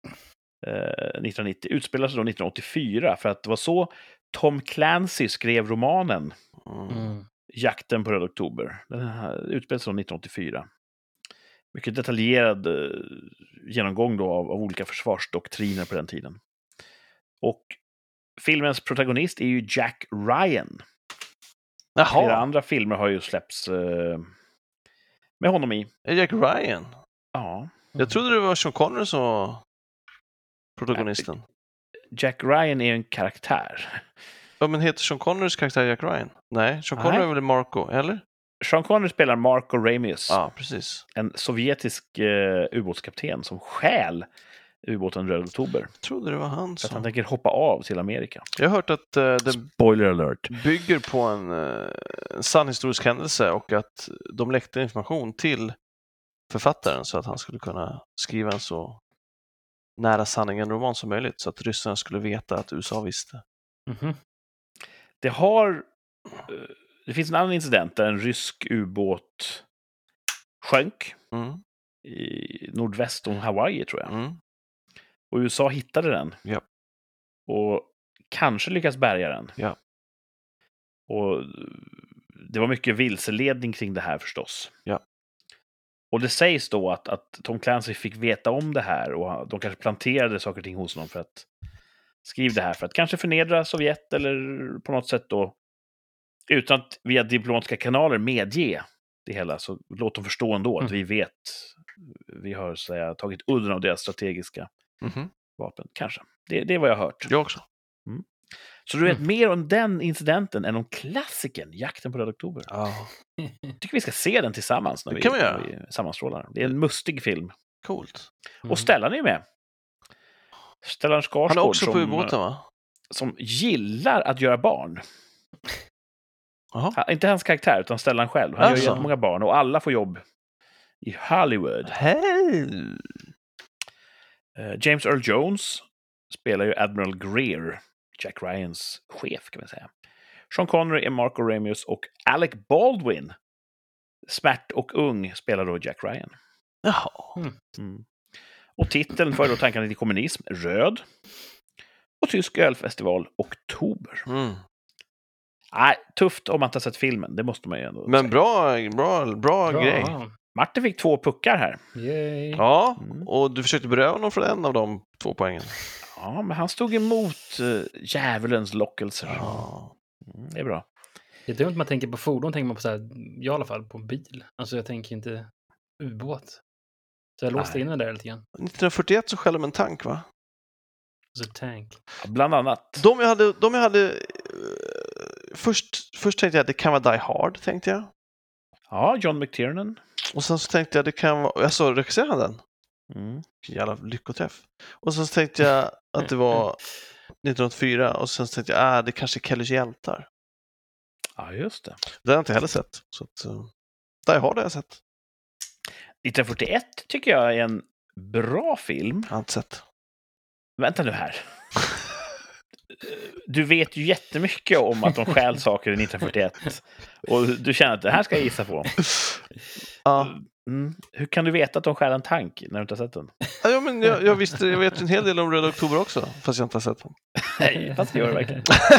1990. Utspelade sig då 1984 för att det var så Tom Clancy skrev romanen Jakten på Röd oktober. Den utspelade sig då 1984. Mycket detaljerad genomgång då av olika försvarsdoktriner på den tiden. Och filmens protagonist är ju Jack Ryan. Jaha. Flera andra filmer har ju släppts med honom i. Är Jack Ryan? Ja. Jag trodde det var Sean Connery som var protagonisten. Jack Ryan är en karaktär. Ja, men heter Sean Connerys karaktär Jack Ryan? Nej, Sean Connery är väl Marco, eller? Sean Connery spelar Marco Ramius. Ja, precis. En sovjetisk ubåtskapten som stjäl ubåten Röd oktober. Jag trodde det var han som... Att han tänker hoppa av till Amerika. Jag har hört att den spoiler alert bygger på en sann historisk händelse och att de läckte information till författaren så att han skulle kunna skriva en så nära sanningen roman som möjligt så att ryssarna skulle veta att USA visste. Det finns en annan incident där en rysk ubåt sjönk i nordväst om Hawaii, tror jag. Och USA hittade den. Ja. Och kanske lyckas bärga den. Ja. Och det var mycket vilseledning kring det här förstås. Ja. Och det sägs då att Tom Clancy fick veta om det här och de kanske planterade saker och ting hos honom för att skriva det här för att kanske förnedra Sovjet eller på något sätt då utan att via diplomatiska kanaler medge det hela, så låt dem förstå ändå att vi har så att, tagit udden av deras strategiska vapen, kanske. Det är vad jag har hört. Jag också. Så du vet mer om den incidenten än om klassikern Jakten på Röd Oktober. Jag tycker vi ska se den tillsammans när vi sammanstrålar. Det är en mustig film. Coolt. Och Stellan är med. Stellan Skarsgård. Han är också på ubåten, va? Som gillar att göra barn. Aha. Inte hans karaktär, utan Stellan själv. Han gör jättemånga barn och alla får jobb i Hollywood. James Earl Jones spelar ju Admiral Greer, Jack Ryans chef kan man säga. Sean Connery är Marco Ramius och Alec Baldwin, smärt och ung, spelar då Jack Ryan. Jaha. Och titeln för då tankarna till kommunism, Röd. Och tysk ölfestival, Oktober. Nej, tufft om man inte har sett filmen, det måste man ju ändå Men säga. Bra grej. Martin fick 2 puckar här. Yay. Ja, och du försökte beröva honom från en av de 2 poängen. Ja, men han stod emot djävulens lockelser. Ja. Det är bra. Det är dumt att man tänker på fordon, tänker man på så här, jag i alla fall på bil. Alltså jag tänker inte ubåt. Så jag låste in den där lite grann. 1941 så skällde de en tank, va? Alltså tank. Ja, bland annat. De jag hade först tänkte jag det kan vara Die Hard, tänkte jag. Ja, John McTiernan. Och sen så tänkte jag det kan vara, jag så regisserade han den. Jävla lyckoträff. Och sen så tänkte jag att det var 1984 och sen så tänkte jag det kanske är Kellys hjältar. Ja, just det. Det har jag inte heller sett. Så att, Die Hard har jag sett. 1941 tycker jag är en bra film. Jag har inte sett. Vänta nu här. Du vet ju jättemycket om att de stjäl saker i 1941. Och du känner att det här ska jag gissa på. Ja. Hur kan du veta att de stjäl en tank när du inte har sett den? Ja, men jag vet en hel del om Röd Oktober också, fast jag inte har sett den. Nej, fast det gör det verkligen.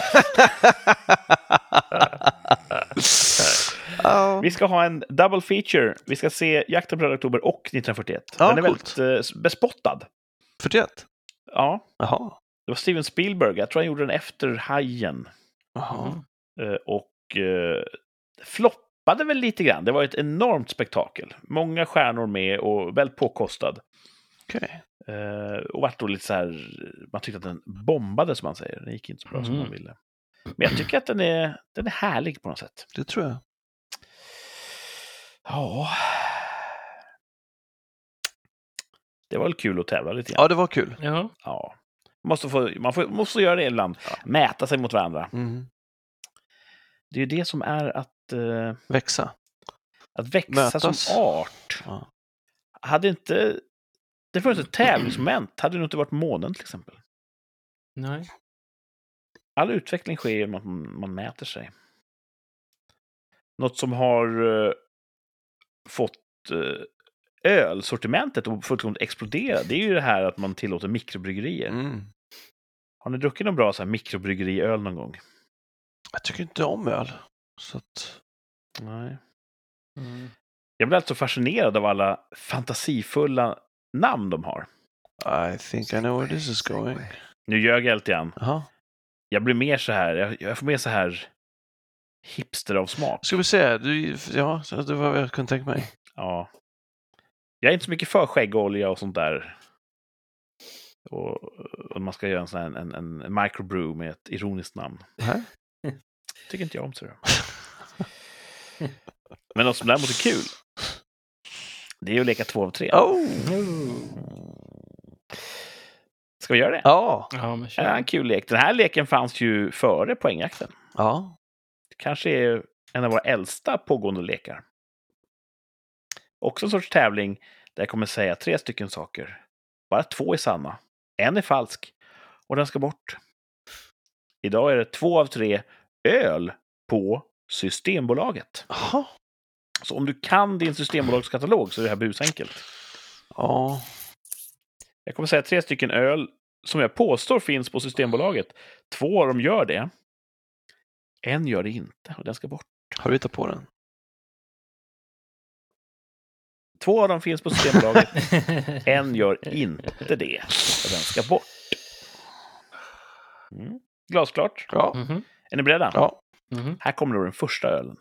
Vi ska ha en double feature. Vi ska se Jakten på Röd Oktober och 1941. Den är väldigt bespottad. 41? Ja. Jaha. Det var Steven Spielberg. Jag tror han gjorde den efter Hajen. Jaha. Och floppade väl lite grann. Det var ett enormt spektakel. Många stjärnor med och väldigt påkostad. Okej. Och vart då lite så här, man tyckte att den bombade, som man säger. Den gick inte så bra som man ville. Men jag tycker att den är härlig på något sätt. Det tror jag. Ja. Det var väl kul att tävla lite grann. Ja, det var kul. Ja. Man måste göra det ibland. Ja. Mäta sig mot varandra. Det är ju det som är att växa. Att växa Mötas. Som art. Ja. Hade inte det funnits ett tävlingsmoment, hade det inte varit månen till exempel. Nej. All utveckling sker genom att man mäter sig. Något som har fått ölsortimentet och fullkomligt explodera, det är ju det här att man tillåter mikrobryggerier. Har ni druckit någon bra så här mikrobryggeriöl någon gång? Jag tycker inte om öl. Så att... Nej. Jag blir alltså fascinerad av alla fantasifulla namn de har. I think I know where this is going. Nu ljög jag lite grann. Aha. Jag blir mer så här, jag får mer så här hipster av smak. Ska vi se, ja, det var vad jag kunde tänka mig. Ja. Jag är inte så mycket för skäggolja och sånt där. Och man ska göra en sån här, en microbrew med ett ironiskt namn. Tycker inte jag om så. Men något som däremot är kul, det är att leka 2 av 3. Ska vi göra det? Ja. Men det är en kul lek. Den här leken fanns ju före poängjakten. Ja. Det kanske är en av våra äldsta pågående lekar. Också en sorts tävling där jag kommer säga 3 stycken saker. Bara 2 är sanna. En är falsk. Och den ska bort. Idag är det 2 av 3 öl på Systembolaget. Aha. Så om du kan din Systembolagskatalog så är det här busenkelt. Ja. Jag kommer säga 3 stycken öl som jag påstår finns på Systembolaget. 2 av dem gör det. En gör det inte och den ska bort. Har du hittat på den? 2 av dem finns på Systembolaget. En gör inte det och den ska bort. Glasklart. Ja. Är ni beredda? Ja. Här kommer då den första ölen.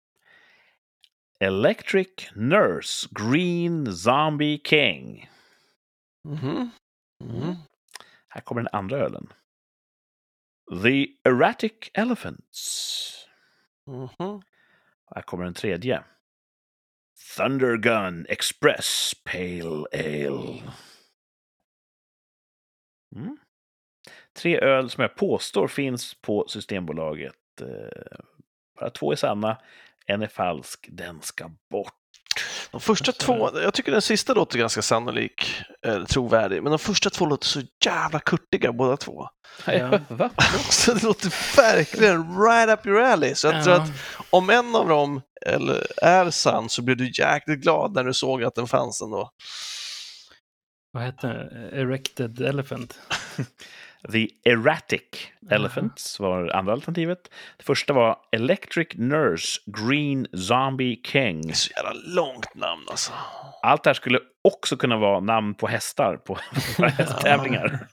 Electric Nurse Green Zombie King. Här kommer den andra ölen. The Erratic Elephants. Här kommer den tredje. Thunder Gun Express Pale Ale. 3 öl som jag påstår finns på Systembolaget. Bara 2 är sanna, en är falsk, den ska bort. De första 2, jag tycker den sista låter ganska sannolik, trovärdig, men de första 2 låter så jävla kurtiga båda 2. Ja. Va? Så det låter verkligen right up your alley. Så jag tror att om en av dem är sann så blir du jäkligt glad när du såg att den fanns ändå. Vad heter det? Erected Elephant? The Erratic Elephants var andra alternativet. Det första var Electric Nurse Green Zombie King. Det är så jävla långt namn alltså. Allt det här skulle också kunna vara namn på hästar på hästtävlingar.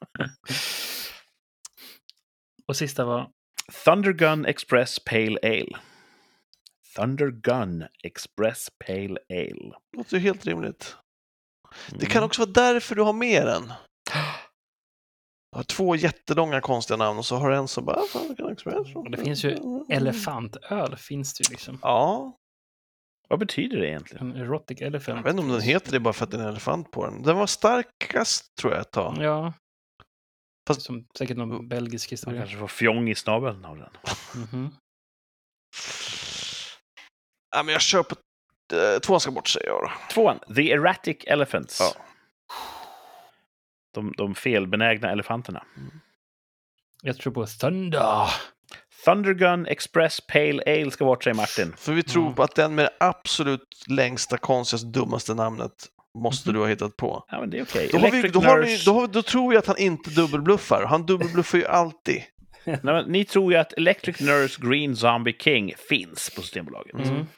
Och sista var? Thunder Gun Express Pale Ale. Thunder Gun Express Pale Ale. Det låter ju helt rimligt. Det kan också vara därför du har med den. Du har 2 jättelånga konstiga namn och så har du en som bara Thunder Gun Express. Det finns ju elefantöl, finns det ju liksom. Ja. Vad betyder det egentligen? En erotic elephant. Jag vet inte om den heter det bara för att det är en elefant på den. Den var starkast tror jag ett tag. Ja. Fast som säkert någon belgisk Man historia. kanske får fjong i snabeln av den. Ja, men jag kör på 2 ska bort säger jag då. 2. The Erratic Elephants. Ja. De felbenägna elefanterna. Jag tror på Thunder. Thunder Gun Express Pale Ale ska bort, säger Martin. För vi tror på att den med det absolut längsta, konstigaste, dummaste namnet måste du ha hittat på. Ja, men det är okej. Då tror vi att han inte dubbelbluffar. Han dubbelbluffar ju alltid. Nej, men ni tror ju att Electric Nurse Green Zombie King finns på Systembolaget.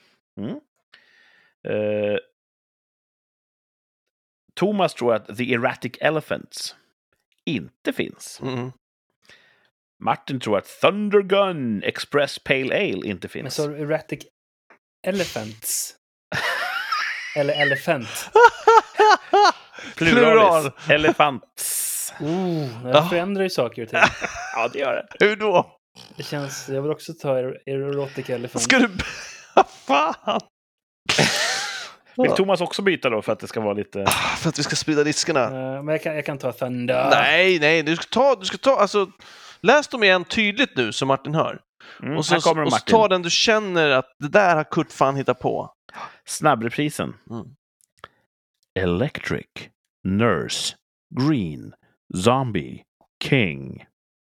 Thomas tror att The Erratic Elephants inte finns. Martin tror att Thunder Gun Express Pale Ale inte finns. Men så Erratic Elephants? Eller elefant? Pluralis. Elefants. Det förändrar ju saker och ting. Ja, det gör det. Hur då? Det känns... Jag vill också ta Erotic Elephant. Ska du... Fan! Vill Thomas också byta då för att det ska vara lite... För att vi ska sprida riskerna. Men jag kan ta Thunder. Nej. Du ska ta alltså... Läs dem igen tydligt nu så Martin hör. Och så ta den du känner att det där har Kurt fan hittat på. Snabbreprisen. Electric Nurse Green Zombie King.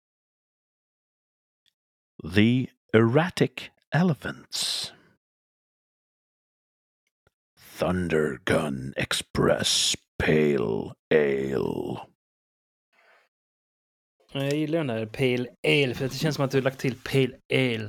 The Erratic Elephants. Thunder Gun Express Pale Ale. Jag gillar den där Pale Ale, för det känns som att du har lagt till Pale Ale.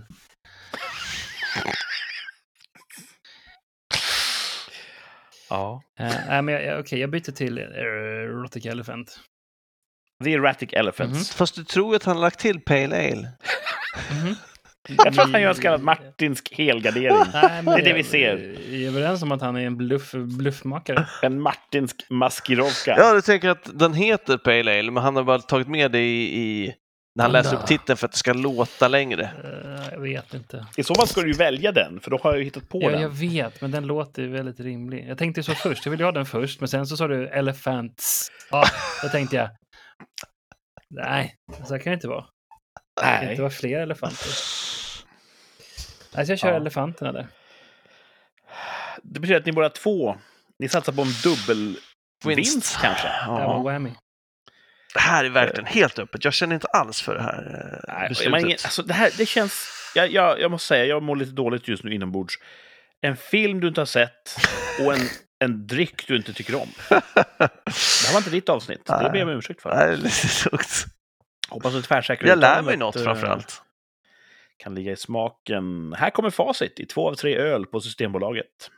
Ja. Men jag byter till Erotic Elephant. The Erratic Elephants. Fast du tror att han har lagt till Pale Ale. Jag tror att han gör en så kallad martinsk helgardering. Nej, det är det vi ser. Vi är överens om att han är en bluffmakare. En martinsk maskirovka. Ja, du tänker att den heter Pale Ale, men han har bara tagit med det i när han läser upp titeln för att det ska låta längre. Jag vet inte. I så fall ska du ju välja den, för då har jag ju hittat på den. Ja, jag vet, men den låter ju väldigt rimlig. Jag tänkte så först, jag ville ha den först, men sen så sa du Elephants. Ja, då tänkte jag, nej, så kan det inte vara. Det kan inte vara fler elefanter. Alltså jag kör elefanterna där. Det betyder att ni båda två, ni satsar på en dubbelvinst kanske. Det var whammy. Det här är verkligen helt öppet. Jag känner inte alls för det här beslutet. Alltså det känns... Jag måste säga, jag mår lite dåligt just nu inombords. En film du inte har sett och en en dryck du inte tycker om. Det här var inte ditt avsnitt. Det ber jag om ursäkt för. Nej, det är lite lugnt. Hoppas du tvärsäkrar. Jag lär mig något framförallt. Kan ligga i smaken. Här kommer facit i 2 av 3 öl på Systembolaget.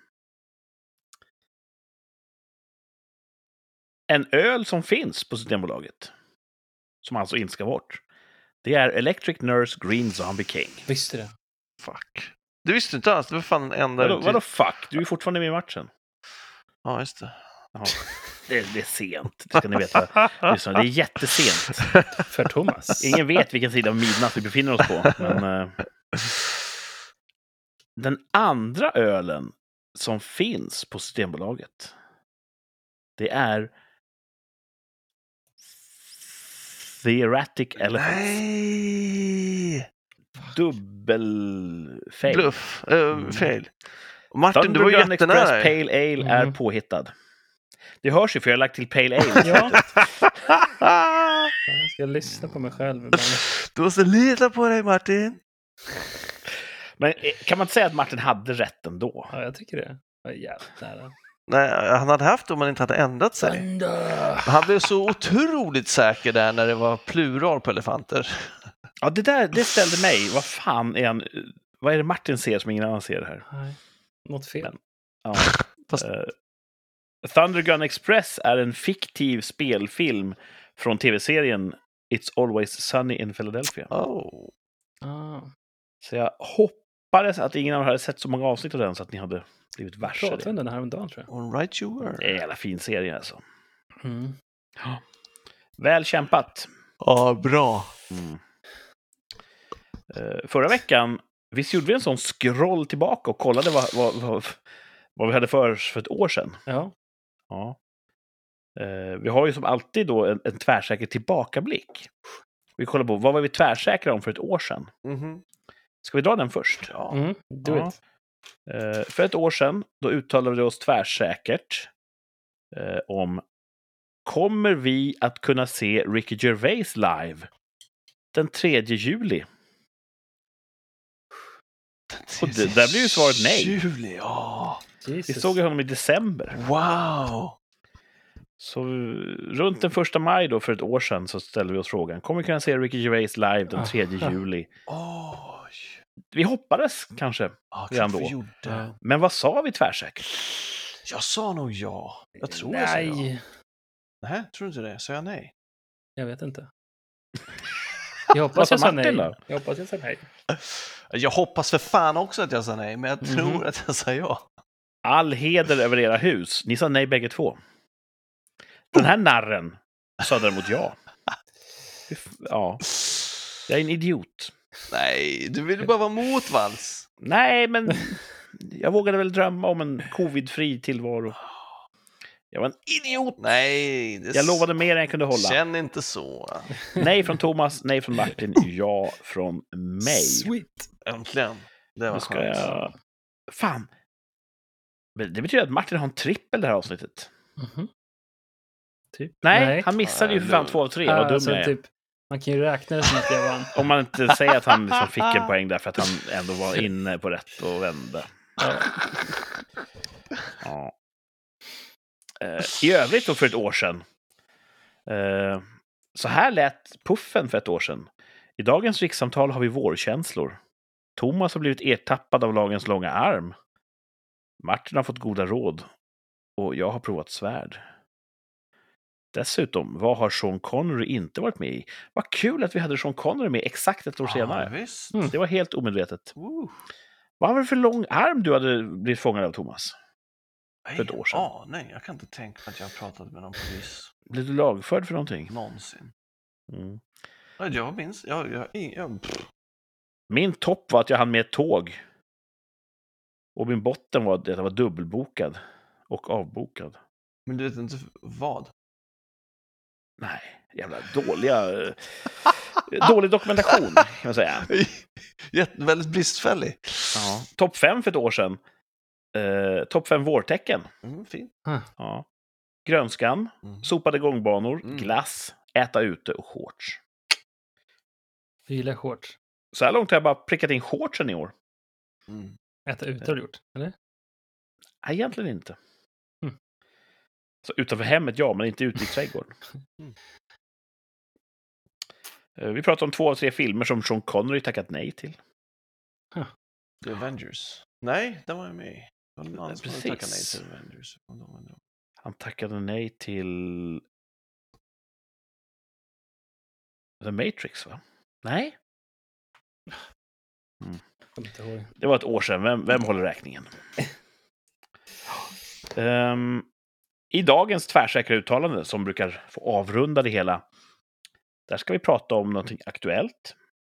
En öl som finns på Systembolaget, som alltså inte ska bort, det är Electric Nurse Green Zombie King. Visste det. Fuck. Du visste inte alls, det var fan en enda... Vadå fuck? Du är fortfarande med i matchen. Ja, just det. Ja, det är sent, det ska ni veta. Det är jättesent. För Thomas. Ingen vet vilken sida av midnatt vi befinner oss på. Men, den andra ölen som finns på Systembolaget, det är The Erratic Elephant. Nej! Dubbelfail. Bluff. Fail. Martin, du var Thundergun jättenära. Express Pale Ale är påhittad. Det hörs ju, för jag har lagt till Pale Ale. Ja. Jag ska lyssna på mig själv ibland. Du måste lita på dig, Martin. Men kan man inte säga att Martin hade rätt ändå? Ja, jag tycker det. Ja, jävligt nära. Nej, han hade haft det om han inte hade ändrat sig. Han blev så otroligt säker där när det var plural på elefanter. Ja, det ställde mig. Vad fan är han? Vad är det Martin ser som ingen annan ser här? Nej, något fel. Ja. Fast... Thundergun Express är en fiktiv spelfilm från tv-serien It's Always Sunny in Philadelphia. Oh. Så jag hoppades att ingen av er hade sett så många avsnitt av den så att ni hade blivit varse. Jag pratade om den här om dagen, tror jag. All right you were. Det är en jävla fin serie alltså. Mm. Ja. Väl kämpat. Ja, bra. Förra veckan, visst gjorde vi en sån scroll tillbaka och kollade vad vi hade för oss för ett år sedan. Ja. Vi har ju som alltid då en tvärsäker tillbakablick. Vi kollar på vad var vi tvärsäkra om för ett år sedan. Ska vi dra den först? Ja. Do it. För ett år sedan då uttalade vi oss tvärsäkert om: kommer vi att kunna se Ricky Gervais live den 3 juli? Och där blir ju svaret nej. Juli, ja. Vi såg honom i december. Wow. Så runt den 1 maj då för ett år sedan så ställde vi oss frågan: kommer vi kunna se Ricky Gervais live den 3 juli? Vi hoppades kanske redan då. Men vad sa vi tvärsäkert? Jag sa nog ja. Jag tror nej. Jag sa ja. Nej, tror du inte det? Sa jag nej? Jag vet inte. Jag hoppas jag sa nej. Jag hoppas jag sa nej. Jag hoppas för fan också att jag sa nej, men jag tror att jag sa ja. All heder över era hus. Ni sa nej bägge två. Den här narren sa däremot ja. Ja. Jag är en idiot. Nej, du vill bara vara motvalls. Nej, men jag vågade väl drömma om en covid-fri tillvaro. Jag var en idiot. Nej, jag lovade mer än jag kunde hålla. Känn inte så. Nej från Thomas, nej från Martin, ja från mig. Sweet. Äntligen. Det var ska jag... Fan. Det betyder att Martin har en trippel det här avsnittet. Typ. Nej, han missade ju för fan 2 av 3. Vad dum jag är. Typ, man kan ju räkna det som att jag vann. Om man inte säger att han liksom fick en poäng där för att han ändå var inne på rätt och vände. Ja. I övrigt då för ett år sedan. Så här lät puffen för ett år sedan. I dagens rikssamtal har vi vårkänslor. Thomas har blivit ertappad av lagens långa arm. Martin har fått goda råd. Och jag har provat svärd. Dessutom, vad har Sean Connery inte varit med i? Vad kul att vi hade Sean Connery med exakt ett år senare. Det var helt omedvetet. Vad var det för lång arm du hade blivit fångad av, Thomas? För ett år sedan. Nej, jag kan inte tänka på att jag har pratat med någon polis. Blev du lagförd för någonting? Någonsin. Jag minns. Min topp var att jag hann med ett tåg. Och min botten var att jag var dubbelbokad och avbokad. Men du vet inte vad? Nej, jävla dålig dokumentation kan man säga. Väldigt bristfällig. Ja. Topp 5 för ett år sedan. Topp 5 vårtecken. Fint. Ja. Grönskan, sopade gångbanor, glass, äta ute och shorts. Jag gillar shorts. Så här långt har jag bara prickat in shortsen i år. Äta ute har du gjort, eller? Nej, egentligen inte. Så utanför hemmet, ja, men inte ute i trädgården. Vi pratar om 2 av 3 filmer som Sean Connery tackat nej till. The Avengers. Nej, den var jag med i. Precis. Han tackade nej till The Matrix, va? Nej? Det var ett år sedan. Vem håller räkningen? I dagens tvärsäkra uttalande, som brukar få avrunda det hela, där ska vi prata om någonting aktuellt.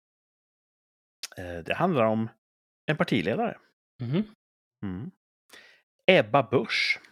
Det handlar om en partiledare. Ebba Busch.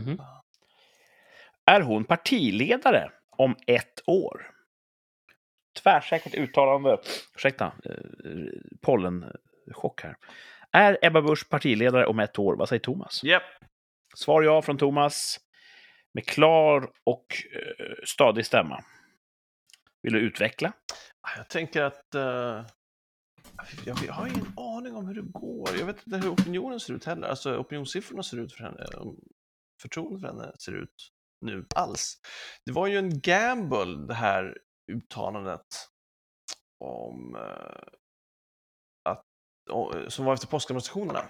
Är hon partiledare om 1 år? Tvärsäkert uttalande. Ursäkta, pollenchock här. Är Ebba Busch partiledare om 1 år? Vad säger Thomas? Yep. Svar ja från Thomas. Med klar och stadig stämma. Vill du utveckla? Jag tänker att... jag har ingen aning om hur det går. Jag vet inte hur opinionen ser ut heller. Alltså opinionssiffrorna ser ut för henne. Förtroendet för henne ser ut nu alls. Det var ju en gamble, det här uttalandet om som var efter påskdemonstrationerna.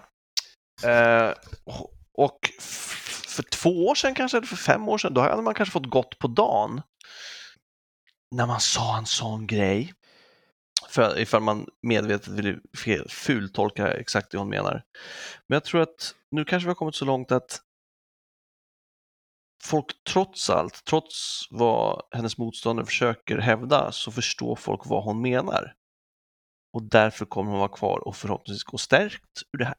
Och för 2 år sedan kanske, eller för 5 år sedan, då hade man kanske fått gått på dagen när man sa en sån grej. För ifall man medvetet vill fultolka exakt det hon menar. Men jag tror att nu kanske vi har kommit så långt att folk trots vad hennes motståndare försöker hävda, så förstår folk vad hon menar. Och därför kommer hon vara kvar och förhoppningsvis gå stärkt ur det här.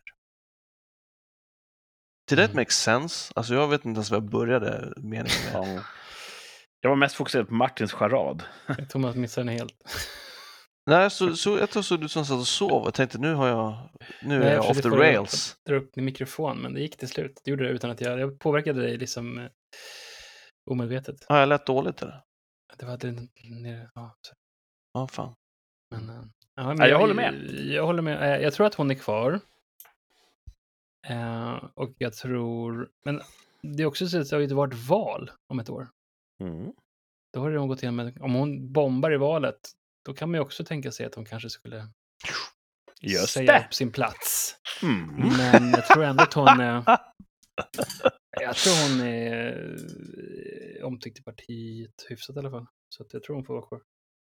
Till det makes sense. Alltså jag vet inte ens vad jag började meningen med. Jag var mest fokuserad på Martins charad. Thomas missade den helt. Nej, så jag tror du som satt och sov. Jag tänkte nu är jag off the rails. Jag dra upp min mikrofon, men det gick till slut. Det gjorde det utan att jag påverkade dig liksom omedvetet. Ja, jag lät dåligt eller? Det var nere. Ja, fan. Men jag håller med. Jag håller med. Jag tror att hon är kvar. Och jag tror... Men det är också så att det har ju varit val om 1 år. Då har hon gått igenom med... Om hon bombar i valet, då kan man ju också tänka sig att hon kanske skulle säga upp sin plats. Men jag tror ändå att hon är... Jag tror hon är omtyckt i partiet hyfsat i alla fall. Så att jag tror hon får vara kvar.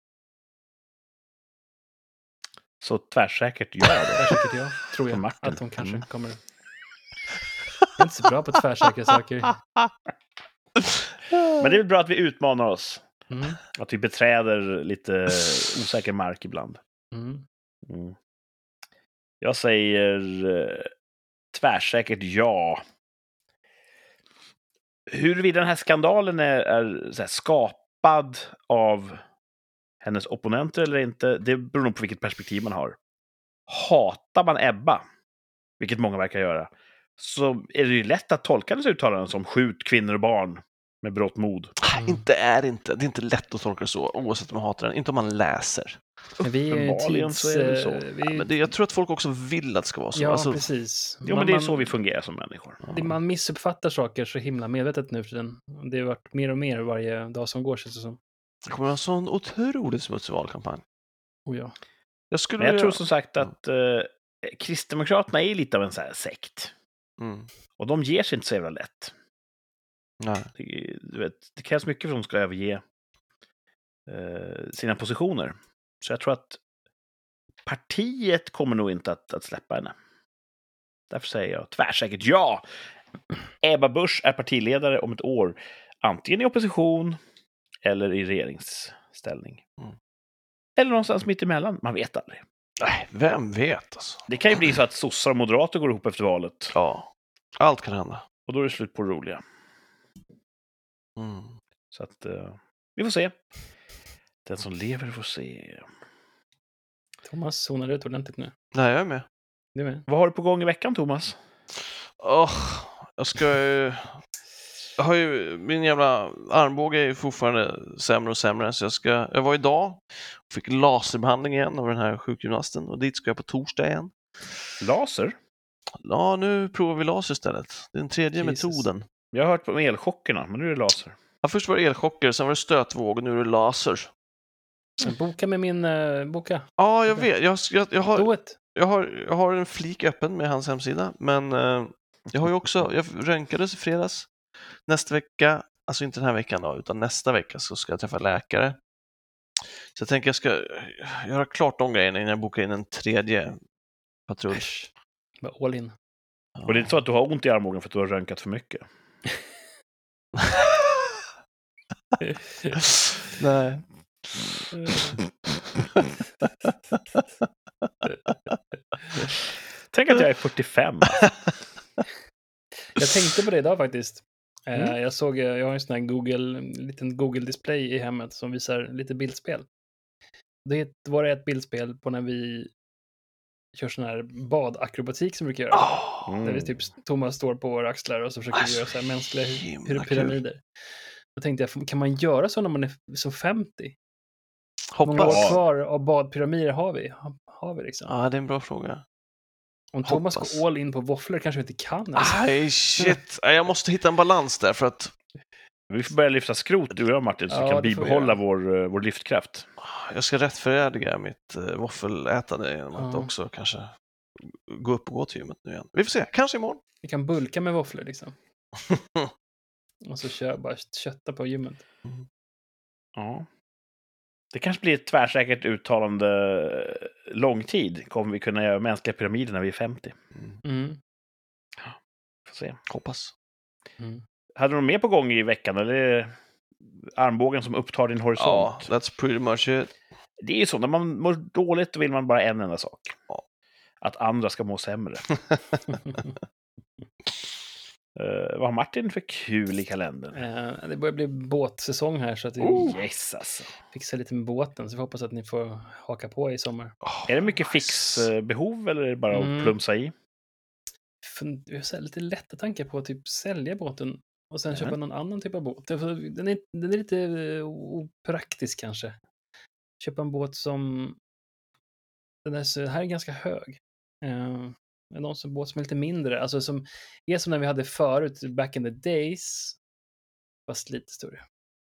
Så tvärsäkert ja. Tvärsäkert ja, tror jag. Att hon kanske kommer... Jag är inte så bra på tvärsäkra saker. Men det är bra att vi utmanar oss. Att vi beträder lite osäker mark ibland. Jag säger tvärsäkert ja. Huruvida den här skandalen är så här skapad av hennes opponenter eller inte, det beror nog på vilket perspektiv man har. Hatar man Ebba, vilket många verkar göra, så är det ju lätt att tolka hennes uttalanden som skjut kvinnor och barn med berått mod. Det är inte lätt att tolka det så, oavsett om man hatar den. Inte om man läser. Uppenbarligen så är det så. Men jag tror att folk också vill att det ska vara så. Ja, alltså, precis. Men det är så vi fungerar som människor. Man missuppfattar saker så himla medvetet nu för den. Det har varit mer och mer varje dag som går, känns det som. Det kommer en sån otroligt smutsig valkampanj. Oh ja. Jag tror som sagt att Kristdemokraterna är lite av en så här sekt. Och de ger sig inte så jävla lätt. Nej. Det krävs mycket för att de ska överge sina positioner. Så jag tror att partiet kommer nog inte att släppa henne. Därför säger jag tvärsäkert ja. Ebba Busch är partiledare om 1 år. Antingen i opposition eller i regeringsställning. Eller någonstans mitt emellan. Man vet aldrig. Nej, vem vet alltså. Det kan ju bli så att sossar och moderater går ihop efter valet. Ja, allt kan hända. Och då är det slut på det roliga. Så att vi får se. Den som lever får se. Thomas zonar ut ordentligt nu. Nej, jag är med. Du är med. Vad har du på gång i veckan, Thomas? Jag har ju min jävla armbåge är fortfarande sämre och sämre, så jag var idag och fick laserbehandling igen av den här sjukgymnasten och dit ska jag på torsdag igen. Laser? Ja, nu provar vi laser istället. Det är den 3:e metoden. Jag har hört om elchockerna, men nu är det laser. Ja, först var det elchocker, sen var det stötvåg och nu är det laser. Boka med min... boka. Ja, jag vet. Jag har en flik öppen med hans hemsida, men jag har ju också, jag röntgades i fredags. Nästa vecka, alltså inte den här veckan då, utan nästa vecka så ska jag träffa läkare. Så jag tänker jag ska göra klart de grejerna innan jag bokar in en tredje patrull. All in. Ja. Och det är inte så att du har ont i armbågen för att du har röntgat för mycket? Nej. Tänk att jag är 45. Jag tänkte på det idag faktiskt. Jag har en sån här liten Google-display i hemmet som visar lite bildspel. Det var ett bildspel på när vi kör sån här badakrobatik som vi brukar göra. Där vi typ Thomas står på våra axlar och så försöker vi göra så här mänskliga pyramider. Då tänkte jag, kan man göra så när man är så 50? Hur många år kvar av badpyramider har vi liksom? Ja, det är en bra fråga. Om Thomas går all in på våfflor kanske vi inte kan. Alltså. Aj, shit. Jag måste hitta en balans där för att... Vi får börja lyfta skrot, du och jag, Martin, så vi kan bibehålla vår lyftkraft. Jag ska rättfärdiga mitt våffelätande genom att också kanske gå upp och gå till gymmet nu igen. Vi får se, kanske imorgon. Vi kan bulka med våfflor liksom. Och så bara kötta på gymmet. Ja. Det kanske blir ett tvärsäkert uttalande lång tid. Kommer vi kunna göra mänskliga pyramider när vi är 50? Får se. Hoppas. Hade du något mer på gång i veckan? Eller är det armbågen som upptar din horisont? Ja, that's pretty much it. Det är ju så, när man mår dåligt då vill man bara en enda sak. Ja. Att andra ska må sämre. Vad har Martin för kul i kalendern? Det börjar bli båtsäsong här så att vi fixar lite med båten. Så vi hoppas att ni får haka på i sommar. Är det mycket fixbehov eller är det bara att plumsa i? Jag har lite lätta tankar på att typ sälja båten och sen köpa någon annan typ av båt. Den är lite opraktisk kanske. Köpa en båt som... Den här är ganska hög. Någon båt som är lite mindre. Alltså som är som när vi hade förut, back in the days. Fast lite större.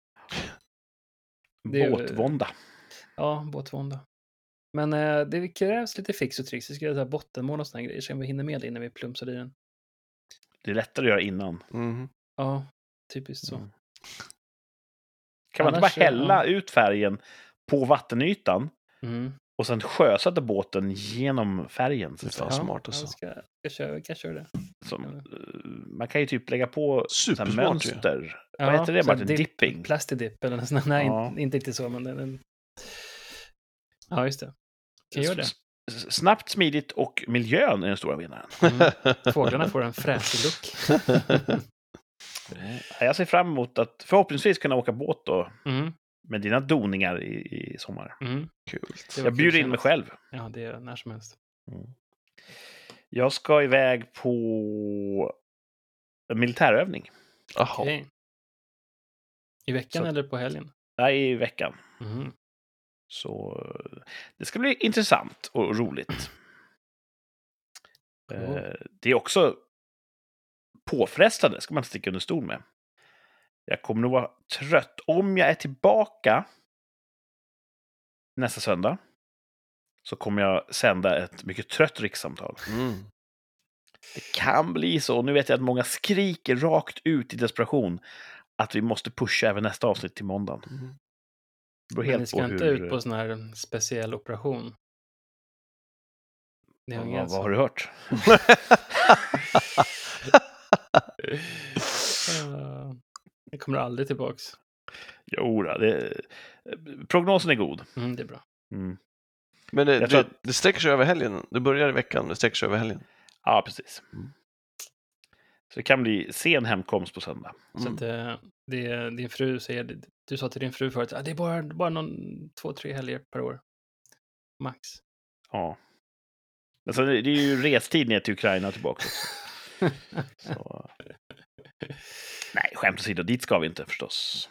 Båtvånda. Ja, båtvånda. Men det krävs lite fix och tricks. Vi ska göra bottenmål och såna grejer. Så vi hinner med det innan vi plumsar i den. Det är lättare att göra innan. Ja, typiskt så. Kan man inte bara hälla ut färgen på vattenytan och sen sjösätta båten genom färgen? Det är smart alltså. Jag kan köra det. Man kan ju typ lägga på mönster. Vad heter det, Martin? Dipping? Plastidip eller något. Nej, inte riktigt så, men ja, just det. Kan göra det. Snabbt, smidigt och miljön är den stora vinnaren. Fåglarna får en fräsig look. Jag ser fram emot att förhoppningsvis kunna åka båt då. Med dina doningar i sommar. Kul. Jag bjuder in mig själv. Ja, det är när som helst. Jag ska iväg på en militärövning. Okay. I veckan eller på helgen? Nej, i veckan. Så det ska bli intressant och roligt. Det är också påfrestande, ska man inte sticka under stol med. Jag kommer nog vara trött. Om jag är tillbaka nästa söndag så kommer jag sända ett mycket trött rikssamtal. Det kan bli så. Nu vet jag att många skriker rakt ut i desperation att vi måste pusha även nästa avsnitt till måndagen. Men ni ska inte ut på sån här speciell operation? Vad har du hört? Det kommer aldrig tillbaks. Jo, prognosen är god. Det är bra. Men det sträcker sig över helgen. Det börjar i veckan, det sträcker sig över helgen. Ja, precis. Så det kan bli sen hemkomst på söndag. Så att din fru säger, du sa till din fru förut att det är bara 2-3 helger per år. Max. Ja. Men så det är ju restid ner till Ukraina och tillbaka också. Så. Nej, skämt åsido, dit ska vi inte förstås.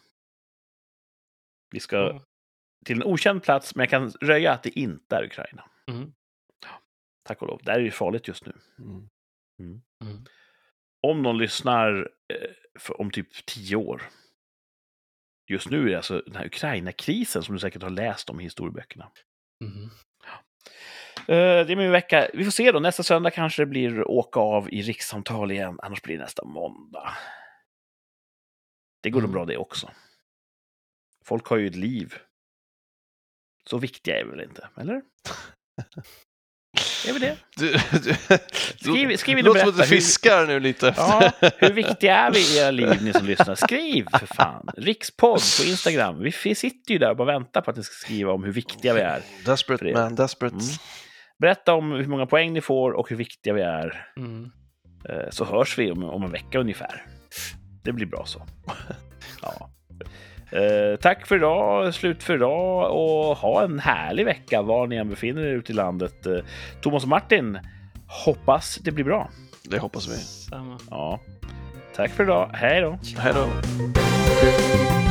Vi ska till en okänd plats, men jag kan röja att det inte är Ukraina. Tack och lov. Det är ju farligt just nu. om någon lyssnar om typ 10 år. Just nu är det alltså den här Ukraina-krisen som du säkert har läst om i historieböckerna. Mm. Det är min vecka. Vi får se då. Nästa söndag kanske det blir åka av i rikssamtal igen. Annars blir det nästa måndag. Det går då bra det också. Folk har ju ett liv. Så viktiga är vi väl inte, eller? Är vi det? Skriv in och berätta. Låt som att du fiskar nu lite efter. Ja, hur viktiga är vi i era liv, ni som lyssnar? Skriv för fan. Rikspodd på Instagram. Vi sitter ju där och bara väntar på att ni ska skriva om hur viktiga vi är. Desperate man, desperate. Berätta om hur många poäng ni får och hur viktiga vi är. Så hörs vi om en vecka ungefär. Det blir bra så. Ja. Tack för idag, slut för idag och ha en härlig vecka var ni än befinner er ute i landet. Thomas och Martin, hoppas det blir bra. Det hoppas vi. Samma. Ja. Tack för idag, hej då. Hej då.